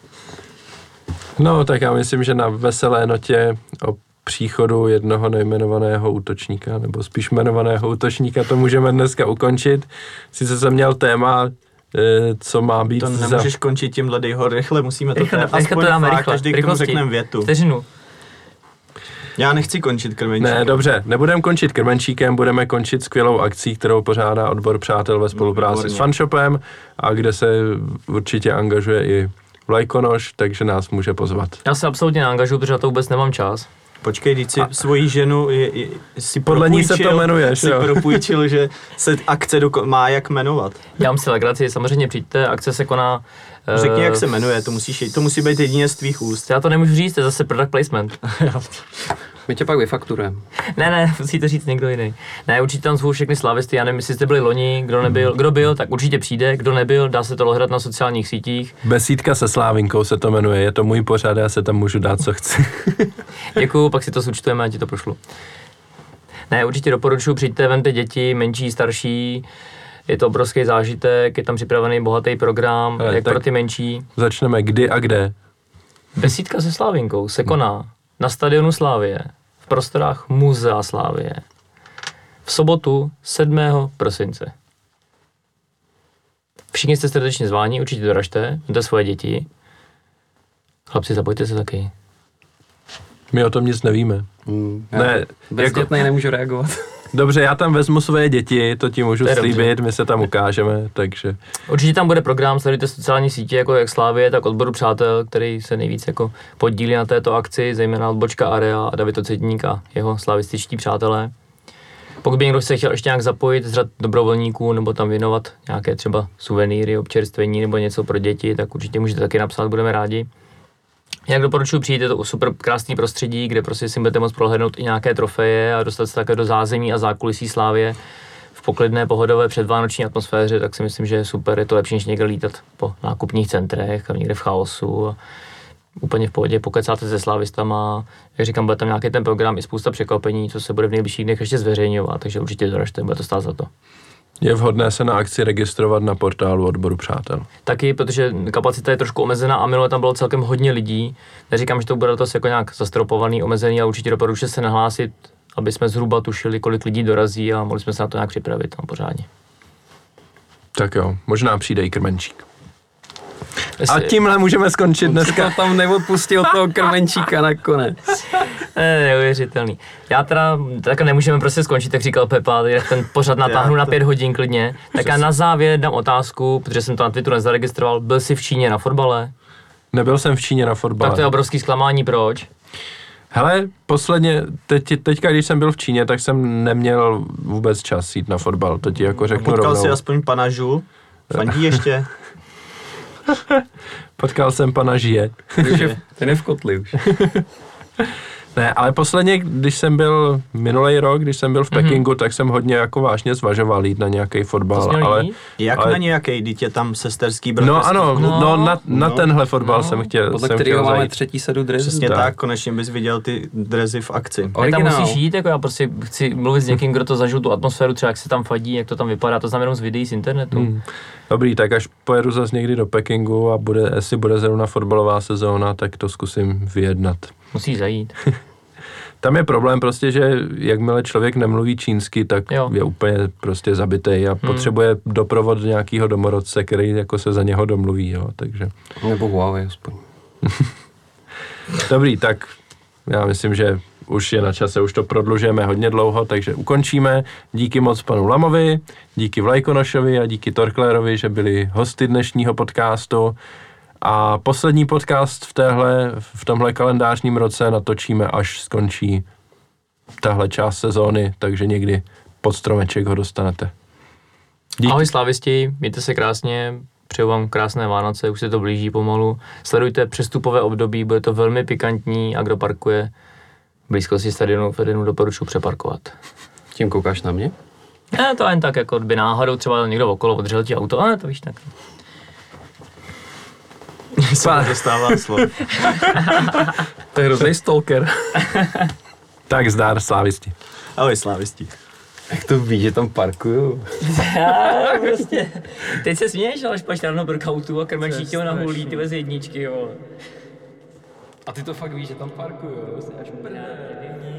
No, tak já myslím, že na veselé notě o příchodu jednoho nejmenovaného útočníka, nebo spíš jmenovaného útočníka, to můžeme dneska ukončit. Sice jsem měl téma, co má být To nemůžeš končit tímhle, dej ho rychle, musíme to Rychle aspoň to dáme, fakt, rychle. každý k tomu Rychlosti. řekneme větu. Vteřinu. Já nechci končit krmenčík. Ne, dobře, nebudeme končit krmenčíkem, budeme končit skvělou akcí, kterou pořádá odbor přátel ve spolupráci Výborně. s Fanshopem a kde se určitě angažuje i Vlajkonoš, takže nás může pozvat. Já se absolutně neangažuju, protože na to vůbec nemám čas. Počkej, když si svoji ženu si Podle ní se to propůjčil, jmenuje, si jo. propůjčil, že se akce má jak jmenovat. Dělám si legraci, samozřejmě přijďte, akce se koná... Řekni, jak se jmenuje, to musí být jedině z tvých úst. Já to nemůžu říct, to je zase product placement. My tě pak vyfakturujeme. Ne, musí to říct někdo jiný. Ne, určitě tam zvu všechny slavisty, já nevím, jestli jste byli loni, kdo byl, tak určitě přijde, kdo nebyl, dá se to lohrat na sociálních sítích. Besídka se Slávinkou se to jmenuje, je to můj pořad, já se tam můžu dát, co chci. Děkuju, pak si to zúčtujeme a ti to pošlu. Ne, určitě doporučuji, přijďte, vemte děti, menší, starší, je to obrovský zážitek, je tam připravený bohatý program, Ale jak tak- pro ty menší. Začneme kdy a kde. Besídka se Slávinkou se koná na stadionu Slávie, v prostorách Muzea Slávie, v sobotu 7. prosince. Všichni jste srdečně zváni, určitě doražte, máte svoje děti. Chlapci, zapojte se taky. My o tom nic nevíme. Já Ne, bezdětnej nemůžu reagovat. Dobře, já tam vezmu své děti, to ti můžu To je dobře. slíbit, my se tam ukážeme, takže... Určitě tam bude program, sledujte sociální sítě, jako jak Slávie, tak odboru přátel, který se nejvíc jako podílí na této akci, zejména odbočka Area a David Ocetník a jeho slavističtí přátelé. Pokud by někdo se chtěl ještě nějak zapojit z řad dobrovolníků nebo tam věnovat nějaké třeba suvenýry, občerstvení nebo něco pro děti, tak určitě můžete taky napsat, budeme rádi. Jak doporučuji přijít, je to super krásný prostředí, kde prostě si budete moct prohlédnout i nějaké trofeje a dostat se také do zázemí a zákulisí Slávie v poklidné, pohodové předvánoční atmosféře, tak si myslím, že je super, je to lepší, než někde lítat po nákupních centrech a někde v chaosu. A úplně v pohodě, pokecáte se slávistama, jak říkám, bude tam nějaký ten program i spousta překvapení, co se bude v nejbližších dnech ještě zveřejňovat, takže určitě doražte, bude to stát za to. Je vhodné se na akci registrovat na portálu odboru přátel. Taky, protože kapacita je trošku omezená a minule tam bylo celkem hodně lidí. Neříkám, že to bude letos jako nějak zastropovaný, omezený, ale určitě doporučuji se nahlásit, aby jsme zhruba tušili, kolik lidí dorazí a mohli jsme se na to nějak připravit tam pořádně. Tak jo, možná přijde i krmenčík. A Jestli- tímhle můžeme skončit dneska. Dneska tam neodpustil toho krmenčíka nakonec. Neuvěřitelný. Já teda, tak nemůžeme prostě skončit, jak říkal Pepa, ten pořad natáhnu na 5 hodin klidně. Tak já na závěr dám otázku, protože jsem to na Twitteru nezaregistroval, byl jsi v Číně na fotbale? Nebyl jsem v Číně na fotbale. Tak to je obrovský zklamání, proč? Hele, posledně, teďka, když jsem byl v Číně, tak jsem neměl vůbec čas jít na fotbal, to ti jako řeknu Potkal rovnou. jsi aspoň pana Žu? Fandí ještě? Potkal jsem pana Žije. Ten je v kotli už. Ne, ale posledně, když jsem byl minulý rok, když jsem byl v Pekingu, tak jsem hodně jako vážně zvažoval jít na nějaký To fotbal, jsi měl ale... jít? Jak Ale- na nějaký dítě tam sesterský No bratrský ano, klub? na tenhle fotbal jsem chtěl, Podle jsem kterého chtěl máme zajít. třetí sadu dresů. Přesně Tak. tak, konečně bys viděl ty drezy v akci. Ne, tam Originál. musíš jít, jako já prostě chci mluvit s někým, kdo to zažil, tu atmosféru, třeba jak se tam fadí, jak to tam vypadá, to znamená jenom z videí z internetu. Dobrý, tak až pojedu zase někdy do Pekingu a jestli bude zrovna fotbalová sezóna, tak to zkusím vyjednat. Musíš zajít. Tam je problém prostě, že jakmile člověk nemluví čínsky, tak Jo. je úplně prostě zabitej a potřebuje doprovod nějakého domorodce, který jako se za něho domluví, jo, takže. Nebo Huawei aspoň. Dobrý, tak já myslím, že už je na čase, už to prodlužujeme hodně dlouho, takže ukončíme. Díky moc panu Lamovi, díky Vlajkonošovi a díky Torklérovi, že byli hosty dnešního podcastu. A poslední podcast v tomhle kalendářním roce natočíme, až skončí tahle část sezóny, takže někdy pod stromeček ho dostanete. Díky. Ahoj slávisti, mějte se krásně, přeju vám krásné Vánoce, už se to blíží pomalu. Sledujte přestupové období, bude to velmi pikantní a kdo parkuje, blízkosti stadionu doporučuji přeparkovat. Tím koukáš na mě? Ne, to jen tak, jako by náhodou třeba někdo okolo odřel ti auto, ale to víš tak. Se dostává slov. To je hrozný stalker. Tak zdar, slávisti. Ahoj slávisti. Jak to víš, že tam parkuju? Prostě. Teď se směješ, ale až ráno workoutu a krmeš jítěho na hulí, ty bez jedničky, jo. A ty to fakt víš, že tam parkuju, prostě až